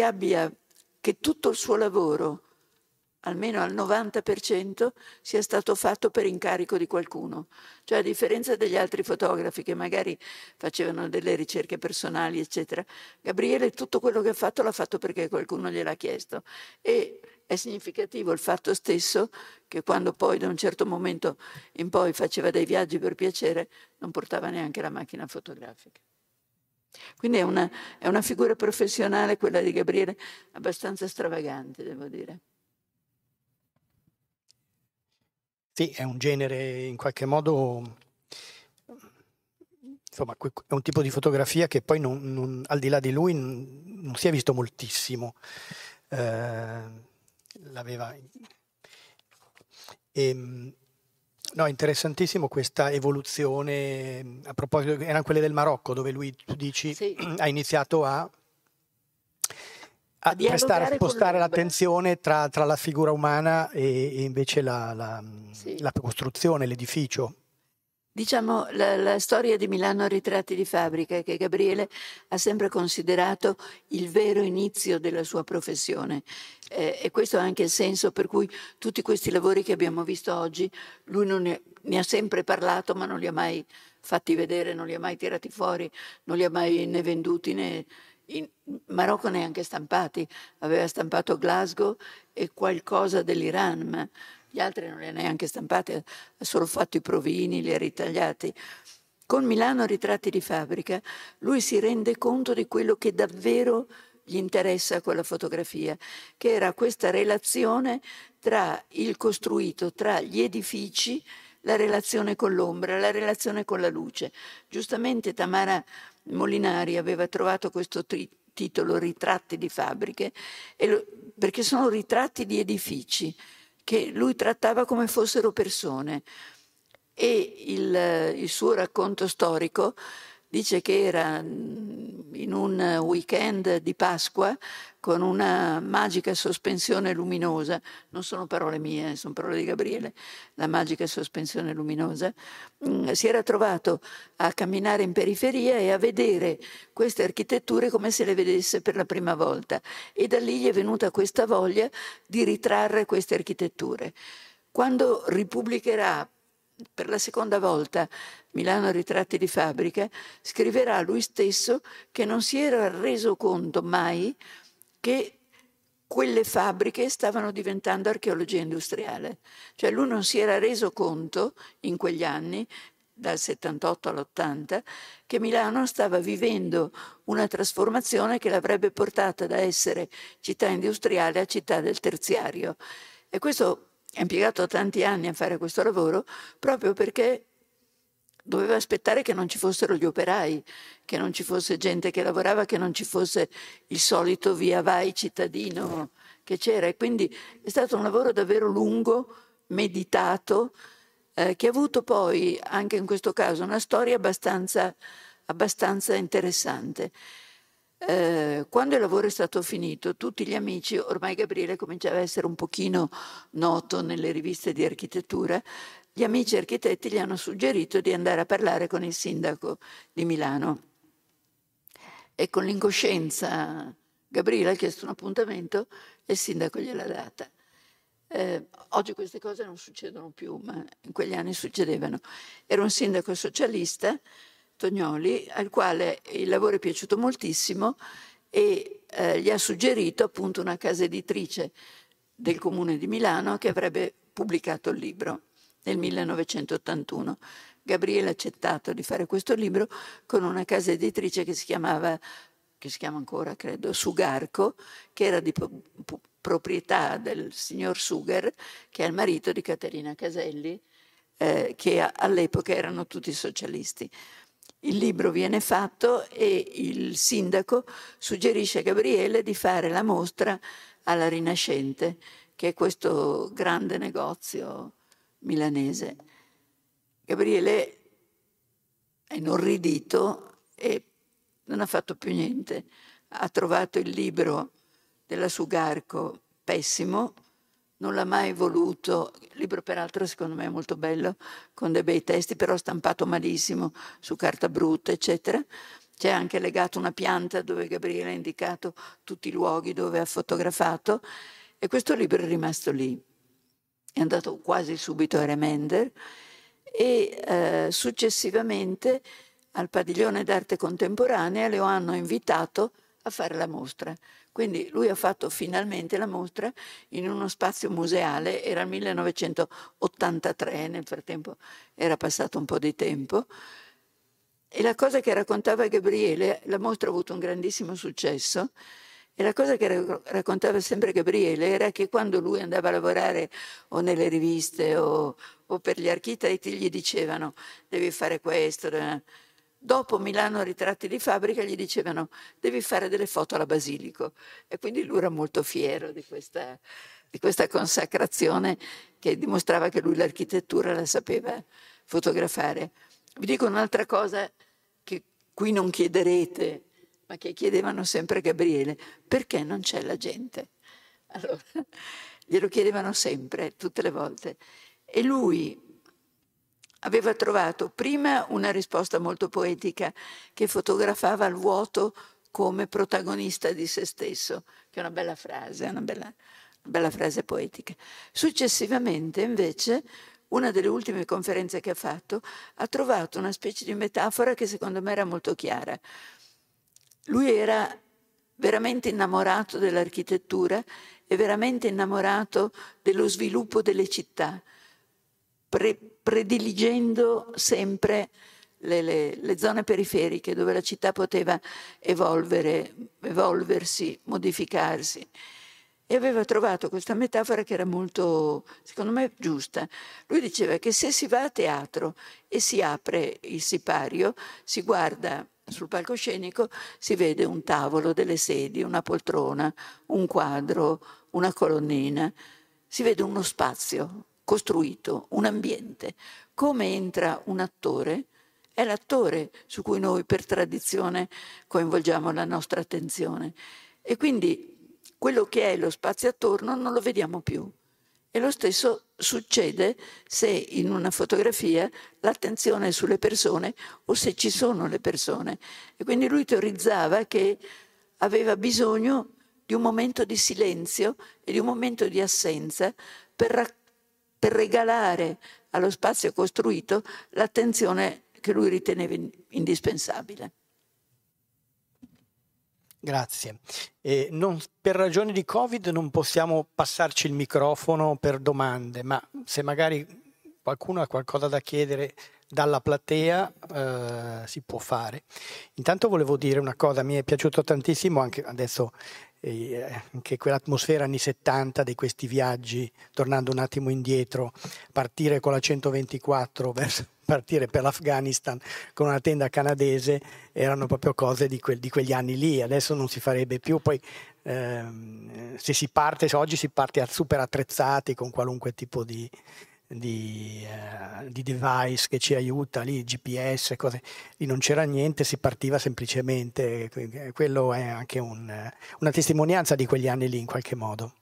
che tutto il suo lavoro, almeno al 90%, sia stato fatto per incarico di qualcuno. Cioè, a differenza degli altri fotografi che magari facevano delle ricerche personali, eccetera, Gabriele tutto quello che ha fatto l'ha fatto perché qualcuno gliel'ha chiesto. E è significativo il fatto stesso che quando poi da un certo momento in poi faceva dei viaggi per piacere, non portava neanche la macchina fotografica. Quindi è una figura professionale, quella di Gabriele, abbastanza stravagante, devo dire. Sì, è un genere in qualche modo, insomma, è un tipo di fotografia che poi al di là di lui non si è visto moltissimo. L'aveva. No, interessantissimo questa evoluzione. A proposito, erano quelle del Marocco, dove lui, tu dici, sì, ha iniziato a spostare l'attenzione tra la figura umana e invece la costruzione, l'edificio. Diciamo, la storia di Milano Ritratti di fabbrica, che Gabriele ha sempre considerato il vero inizio della sua professione, e questo è anche il senso per cui tutti questi lavori che abbiamo visto oggi, lui ne ha sempre parlato, ma non li ha mai fatti vedere, non li ha mai tirati fuori, non li ha mai né venduti né in Marocco neanche stampati. Aveva stampato Glasgow e qualcosa dell'Iran, ma gli altri non li ha neanche stampati, ha solo fatto i provini, li ha ritagliati. Con Milano Ritratti di fabbrica lui si rende conto di quello che davvero gli interessa a quella fotografia, che era questa relazione tra il costruito, tra gli edifici, la relazione con l'ombra, la relazione con la luce. Giustamente Tamara Molinari aveva trovato questo titolo Ritratti di fabbriche, perché sono ritratti di edifici che lui trattava come fossero persone, e il suo racconto storico dice che era in un weekend di Pasqua con una magica sospensione luminosa, non sono parole mie, sono parole di Gabriele, la magica sospensione luminosa, si era trovato a camminare in periferia e a vedere queste architetture come se le vedesse per la prima volta, e da lì gli è venuta questa voglia di ritrarre queste architetture. Quando ripubblicherà per la seconda volta Milano ritratti di fabbrica, scriverà lui stesso che non si era reso conto mai che quelle fabbriche stavano diventando archeologia industriale. Cioè lui non si era reso conto in quegli anni, dal 78 all'80, che Milano stava vivendo una trasformazione che l'avrebbe portata da essere città industriale a città del terziario. E questo ha impiegato tanti anni a fare questo lavoro proprio perché doveva aspettare che non ci fossero gli operai, che non ci fosse gente che lavorava, che non ci fosse il solito via vai cittadino che c'era. E quindi è stato un lavoro davvero lungo, meditato, che ha avuto poi, anche in questo caso, una storia abbastanza interessante. Quando il lavoro è stato finito, tutti gli amici, ormai Gabriele cominciava a essere un pochino noto nelle riviste di architettura, gli amici architetti gli hanno suggerito di andare a parlare con il sindaco di Milano. E con l'incoscienza Gabriele ha chiesto un appuntamento e il sindaco gliel'ha data. Oggi queste cose non succedono più, ma in quegli anni succedevano. Era un sindaco socialista, Tognoli, al quale il lavoro è piaciuto moltissimo e gli ha suggerito appunto una casa editrice del comune di Milano che avrebbe pubblicato il libro nel 1981. Gabriele ha accettato di fare questo libro con una casa editrice che si chiama ancora, credo, Sugarco, che era di proprietà del signor Sugar, che è il marito di Caterina Caselli, che all'epoca erano tutti socialisti. Il libro viene fatto e il sindaco suggerisce a Gabriele di fare la mostra alla Rinascente, che è questo grande negozio milanese. Gabriele è inorridito e non ha fatto più niente. Ha trovato il libro della Sugarco pessimo, non l'ha mai voluto. Il libro peraltro secondo me è molto bello, con dei bei testi, però stampato malissimo, su carta brutta, eccetera. C'è anche legato una pianta dove Gabriele ha indicato tutti i luoghi dove ha fotografato e questo libro è rimasto lì. È andato quasi subito a Remender e successivamente al Padiglione d'Arte Contemporanea lo hanno invitato a fare la mostra. Quindi lui ha fatto finalmente la mostra in uno spazio museale, era il 1983, nel frattempo era passato un po' di tempo. E la cosa che raccontava Gabriele, la mostra ha avuto un grandissimo successo, e la cosa che raccontava sempre Gabriele era che quando lui andava a lavorare o nelle riviste o per gli architetti gli dicevano devi fare questo. Dopo Milano ritratti di fabbrica gli dicevano devi fare delle foto alla Basilico e quindi lui era molto fiero di questa consacrazione che dimostrava che lui l'architettura la sapeva fotografare. Vi dico un'altra cosa che qui non chiederete, ma che chiedevano sempre a Gabriele: perché non c'è la gente? Allora, glielo chiedevano sempre, tutte le volte. E lui aveva trovato prima una risposta molto poetica che fotografava il vuoto come protagonista di se stesso, che è una bella frase, una bella frase poetica. Successivamente, invece, una delle ultime conferenze che ha fatto, ha trovato una specie di metafora che secondo me era molto chiara. Lui era veramente innamorato dell'architettura e veramente innamorato dello sviluppo delle città, prediligendo sempre le zone periferiche dove la città poteva evolversi, modificarsi. E aveva trovato questa metafora che era molto, secondo me, giusta. Lui diceva che se si va a teatro e si apre il sipario, si guarda sul palcoscenico, si vede un tavolo, delle sedie, una poltrona, un quadro, una colonnina, si vede uno spazio costruito, un ambiente. Come entra un attore, è l'attore su cui noi per tradizione coinvolgiamo la nostra attenzione. E quindi quello che è lo spazio attorno non lo vediamo più. E lo stesso succede se in una fotografia l'attenzione è sulle persone o se ci sono le persone. E quindi lui teorizzava che aveva bisogno di un momento di silenzio e di un momento di assenza per regalare allo spazio costruito l'attenzione che lui riteneva indispensabile. Grazie. Per ragioni di Covid non possiamo passarci il microfono per domande, ma se magari qualcuno ha qualcosa da chiedere dalla platea si può fare. Intanto volevo dire una cosa, mi è piaciuto tantissimo anche adesso anche quell'atmosfera anni 70 di questi viaggi, tornando un attimo indietro, partire con la 124 partire per l'Afghanistan con una tenda canadese, erano proprio cose di quegli anni lì. Adesso non si farebbe più. Poi se si parte, se oggi si parte super attrezzati con qualunque tipo di device che ci aiuta, lì GPS, cose, lì non c'era niente, si partiva semplicemente. Quello è anche una testimonianza di quegli anni lì in qualche modo.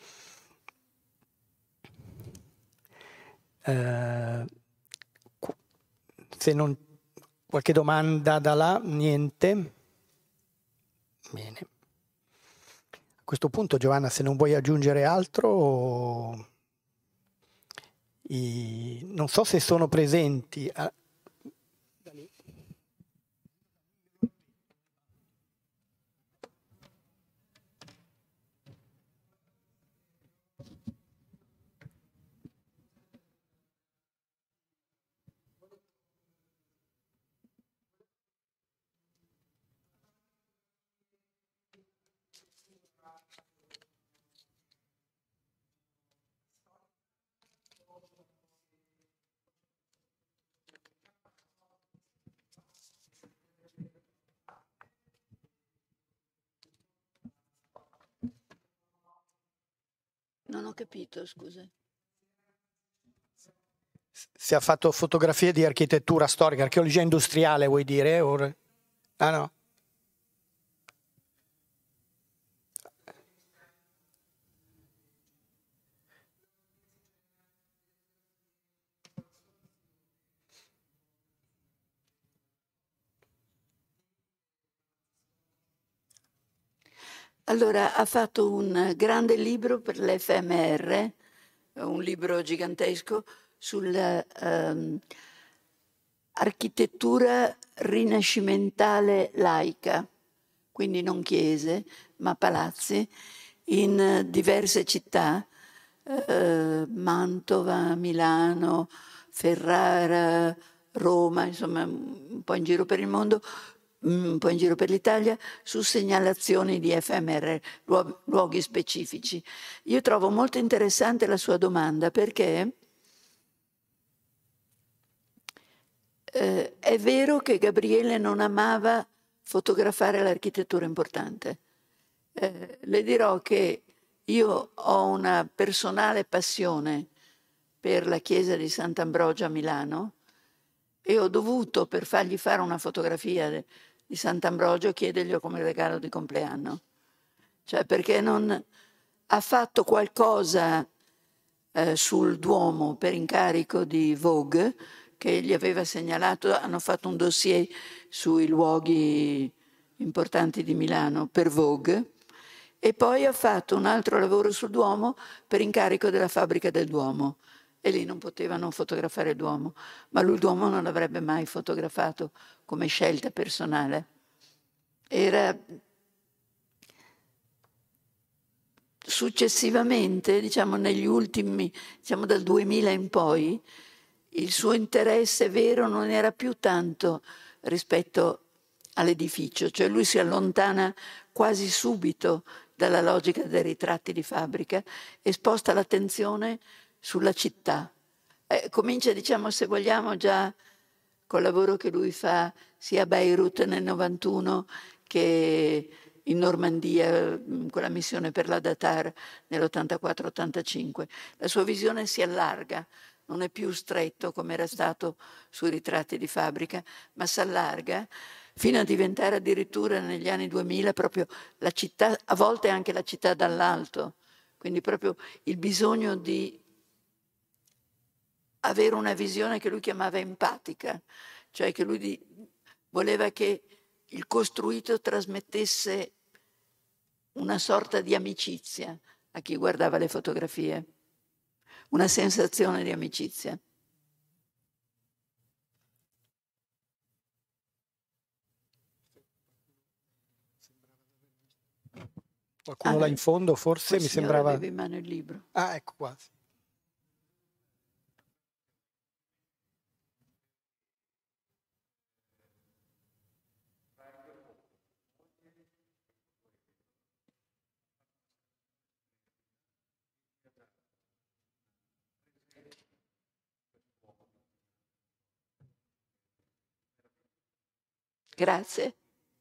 Se non qualche domanda da là, niente. Bene. A questo punto, Giovanna, se non vuoi aggiungere altro, non so se sono presenti. Non ho capito, scusa. Se ha fatto fotografie di architettura storica, archeologia industriale, vuoi dire? Ah no. Allora, ha fatto un grande libro per l'FMR, un libro gigantesco sull'architettura rinascimentale laica, quindi non chiese, ma palazzi, in diverse città, Mantova, Milano, Ferrara, Roma, insomma un po' in giro per il mondo, un po' in giro per l'Italia, su segnalazioni di FMR, luoghi specifici. Io trovo molto interessante la sua domanda perché è vero che Gabriele non amava fotografare l'architettura importante. Le dirò che io ho una personale passione per la chiesa di Sant'Ambrogio a Milano e ho dovuto, per fargli fare una fotografia di Sant'Ambrogio, chiederglielo come regalo di compleanno. Cioè perché non ha fatto qualcosa sul Duomo per incarico di Vogue, che gli aveva segnalato, hanno fatto un dossier sui luoghi importanti di Milano per Vogue, e poi ha fatto un altro lavoro sul Duomo per incarico della fabbrica del Duomo, e lì non potevano fotografare il Duomo, ma lui il Duomo non l'avrebbe mai fotografato come scelta personale. Era successivamente, diciamo negli ultimi, diciamo dal 2000 in poi, il suo interesse vero non era più tanto rispetto all'edificio, cioè lui si allontana quasi subito dalla logica dei ritratti di fabbrica e sposta l'attenzione sulla città. Comincia, diciamo, se vogliamo, già col lavoro che lui fa sia a Beirut nel 91 che in Normandia, con la missione per la Datar nell'84-85. La sua visione si allarga, non è più stretto come era stato sui ritratti di fabbrica, ma si allarga fino a diventare addirittura negli anni 2000 proprio la città, a volte anche la città dall'alto, quindi proprio il bisogno di avere una visione che lui chiamava empatica, cioè che lui voleva che il costruito trasmettesse una sorta di amicizia a chi guardava le fotografie, una sensazione di amicizia. Qualcuno là in fondo forse mi sembrava... Avevo in mano il libro. Ah, ecco qua. Grazie.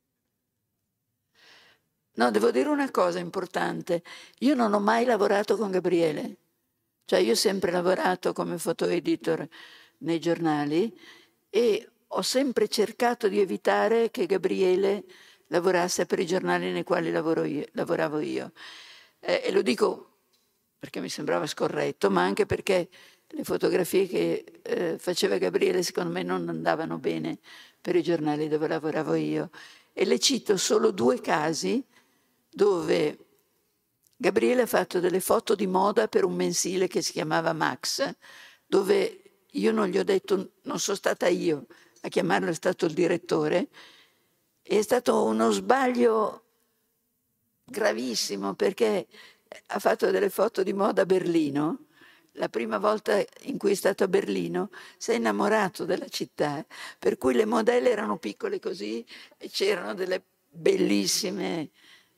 No, devo dire una cosa importante. Io non ho mai lavorato con Gabriele. Cioè, io ho sempre lavorato come photo editor nei giornali e ho sempre cercato di evitare che Gabriele lavorasse per i giornali nei quali lavoravo io. E lo dico perché mi sembrava scorretto, ma anche perché le fotografie che faceva Gabriele secondo me non andavano bene per i giornali dove lavoravo io. E le cito solo 2 casi dove Gabriele ha fatto delle foto di moda per un mensile che si chiamava Max, dove io non gli ho detto, non sono stata io a chiamarlo, è stato il direttore, e è stato uno sbaglio gravissimo perché ha fatto delle foto di moda a Berlino. La prima volta in cui è stato a Berlino si è innamorato della città, per cui le modelle erano piccole così e c'erano delle bellissime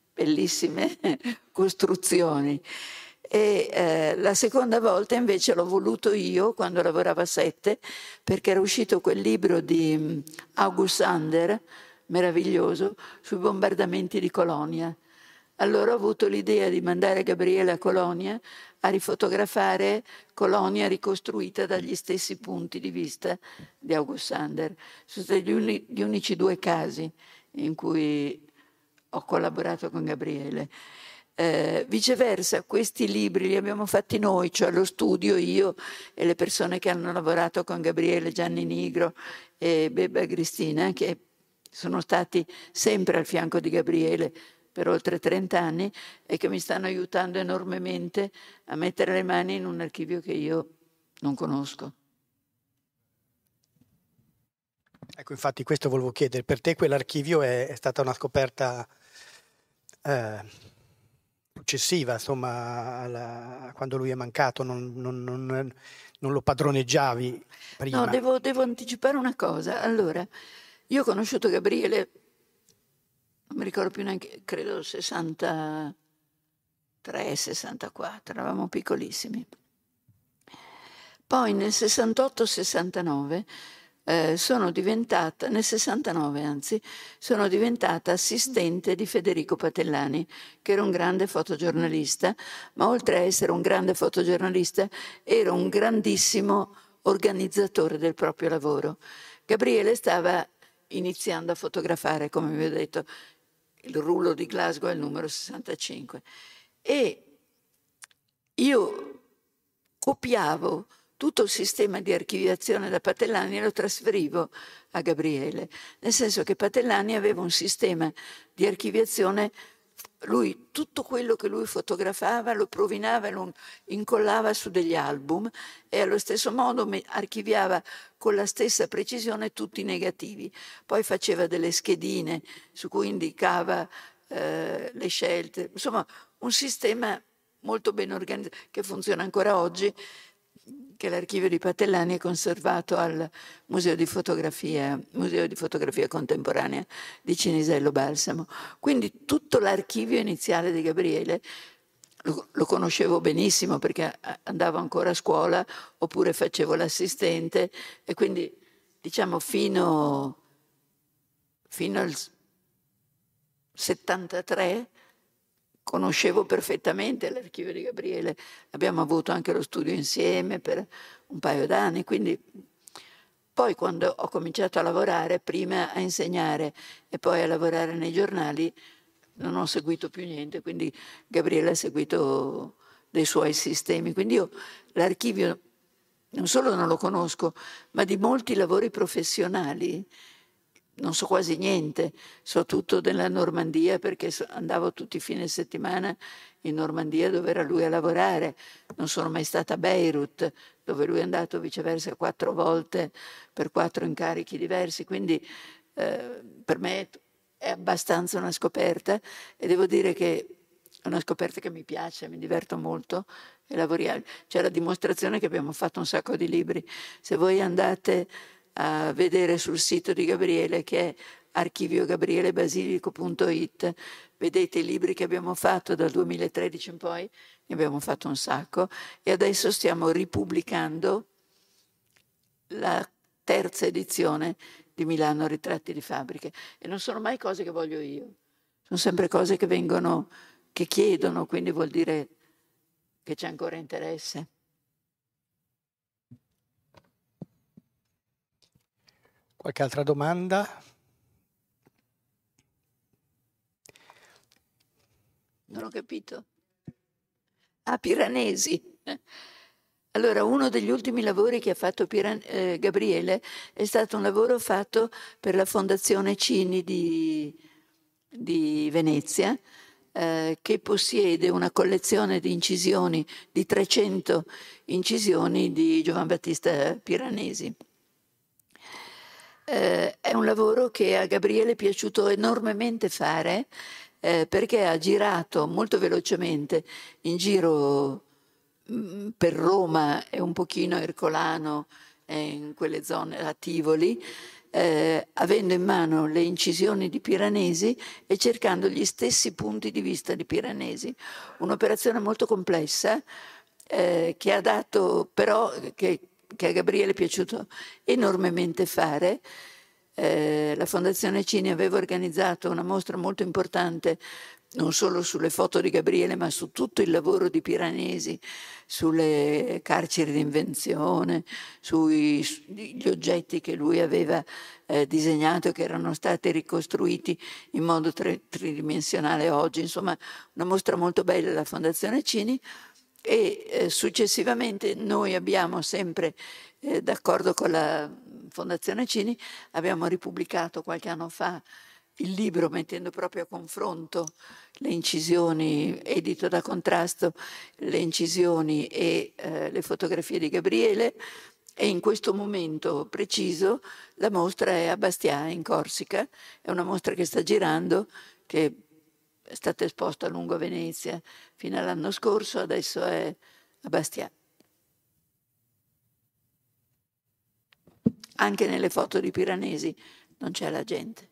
costruzioni. E la seconda volta invece l'ho voluto io quando lavoravo a 7, perché era uscito quel libro di August Sander, meraviglioso, sui bombardamenti di Colonia. Allora ho avuto l'idea di mandare Gabriele a Colonia a rifotografare Colonia ricostruita dagli stessi punti di vista di August Sander. Sono stati gli unici 2 casi in cui ho collaborato con Gabriele. Viceversa, questi libri li abbiamo fatti noi, cioè lo studio, io e le persone che hanno lavorato con Gabriele, Gianni Nigro e Bebba Cristina, che sono stati sempre al fianco di Gabriele per oltre 30 anni e che mi stanno aiutando enormemente a mettere le mani in un archivio che io non conosco. Ecco, infatti questo volevo chiedere, per te quell'archivio è stata una scoperta successiva, insomma, quando lui è mancato, non lo padroneggiavi prima? No, devo anticipare una cosa. Allora, io ho conosciuto Gabriele, non mi ricordo più neanche, credo 63, 64, eravamo piccolissimi. Poi nel 68-69 sono diventata, nel 69 anzi, sono diventata assistente di Federico Patellani, che era un grande fotogiornalista, ma oltre a essere un grande fotogiornalista era un grandissimo organizzatore del proprio lavoro. Gabriele stava iniziando a fotografare, come vi ho detto, il rullo di Glasgow è il numero 65 e io copiavo tutto il sistema di archiviazione da Patellani e lo trasferivo a Gabriele, nel senso che Patellani aveva un sistema di archiviazione, lui tutto quello che lui fotografava lo provinava e lo incollava su degli album e allo stesso modo archiviava con la stessa precisione tutti i negativi. Poi faceva delle schedine su cui indicava le scelte, insomma un sistema molto ben organizzato che funziona ancora oggi, che l'archivio di Patellani è conservato al Museo di Fotografia Contemporanea di Cinisello Balsamo. Quindi tutto l'archivio iniziale di Gabriele lo conoscevo benissimo perché andavo ancora a scuola oppure facevo l'assistente e quindi diciamo fino al 73 conoscevo perfettamente l'archivio di Gabriele, abbiamo avuto anche lo studio insieme per un paio d'anni, quindi poi quando ho cominciato a lavorare, prima a insegnare e poi a lavorare nei giornali, non ho seguito più niente, quindi Gabriele ha seguito dei suoi sistemi, quindi io l'archivio non solo non lo conosco, ma di molti lavori professionali non so quasi niente, so tutto della Normandia perché andavo tutti i fine settimana in Normandia dove era lui a lavorare, non sono mai stata a Beirut dove lui è andato viceversa 4 volte per 4 incarichi diversi, quindi per me è abbastanza una scoperta e devo dire che È una scoperta che mi piace, mi diverto molto e lavoriamo. C'è la dimostrazione che abbiamo fatto un sacco di libri. Se voi andate a vedere sul sito di Gabriele, che è archiviogabrielebasilico.it, vedete i libri che abbiamo fatto dal 2013 in poi, ne abbiamo fatto un sacco, e adesso stiamo ripubblicando la terza edizione di Milano Ritratti di Fabbriche. E non sono mai cose che voglio io, sono sempre cose che vengono, che chiedono, quindi vuol dire che c'è ancora interesse. Qualche altra domanda? Non ho capito. Ah, Piranesi. Allora, uno degli ultimi lavori che ha fatto Gabriele è stato un lavoro fatto per la Fondazione Cini di Venezia, che possiede una collezione di incisioni, di 300 incisioni di Giovan Battista Piranesi. È un lavoro che a Gabriele è piaciuto enormemente fare, perché ha girato molto velocemente in giro per Roma e un pochino a Ercolano e in quelle zone, a Tivoli, avendo in mano le incisioni di Piranesi e cercando gli stessi punti di vista di Piranesi. Un'operazione molto complessa, che ha dato però, che a Gabriele è piaciuto enormemente fare. La Fondazione Cini aveva organizzato una mostra molto importante non solo sulle foto di Gabriele, ma su tutto il lavoro di Piranesi, sulle carceri di invenzione, sugli oggetti che lui aveva disegnato e che erano stati ricostruiti in modo tridimensionale oggi. Insomma, una mostra molto bella della Fondazione Cini. E successivamente noi abbiamo sempre, d'accordo con la Fondazione Cini, abbiamo ripubblicato qualche anno fa il libro mettendo proprio a confronto le incisioni, edito da Contrasto, le incisioni e le fotografie di Gabriele, e in questo momento preciso la mostra è a Bastia, in Corsica. È una mostra che sta girando, che è stata esposta lungo Venezia fino all'anno scorso, adesso è a Bastia. Anche nelle foto di Piranesi non c'è la gente.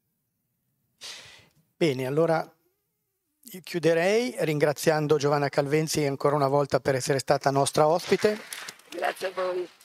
Bene, allora io chiuderei ringraziando Giovanna Calvenzi ancora una volta per essere stata nostra ospite. Grazie a voi.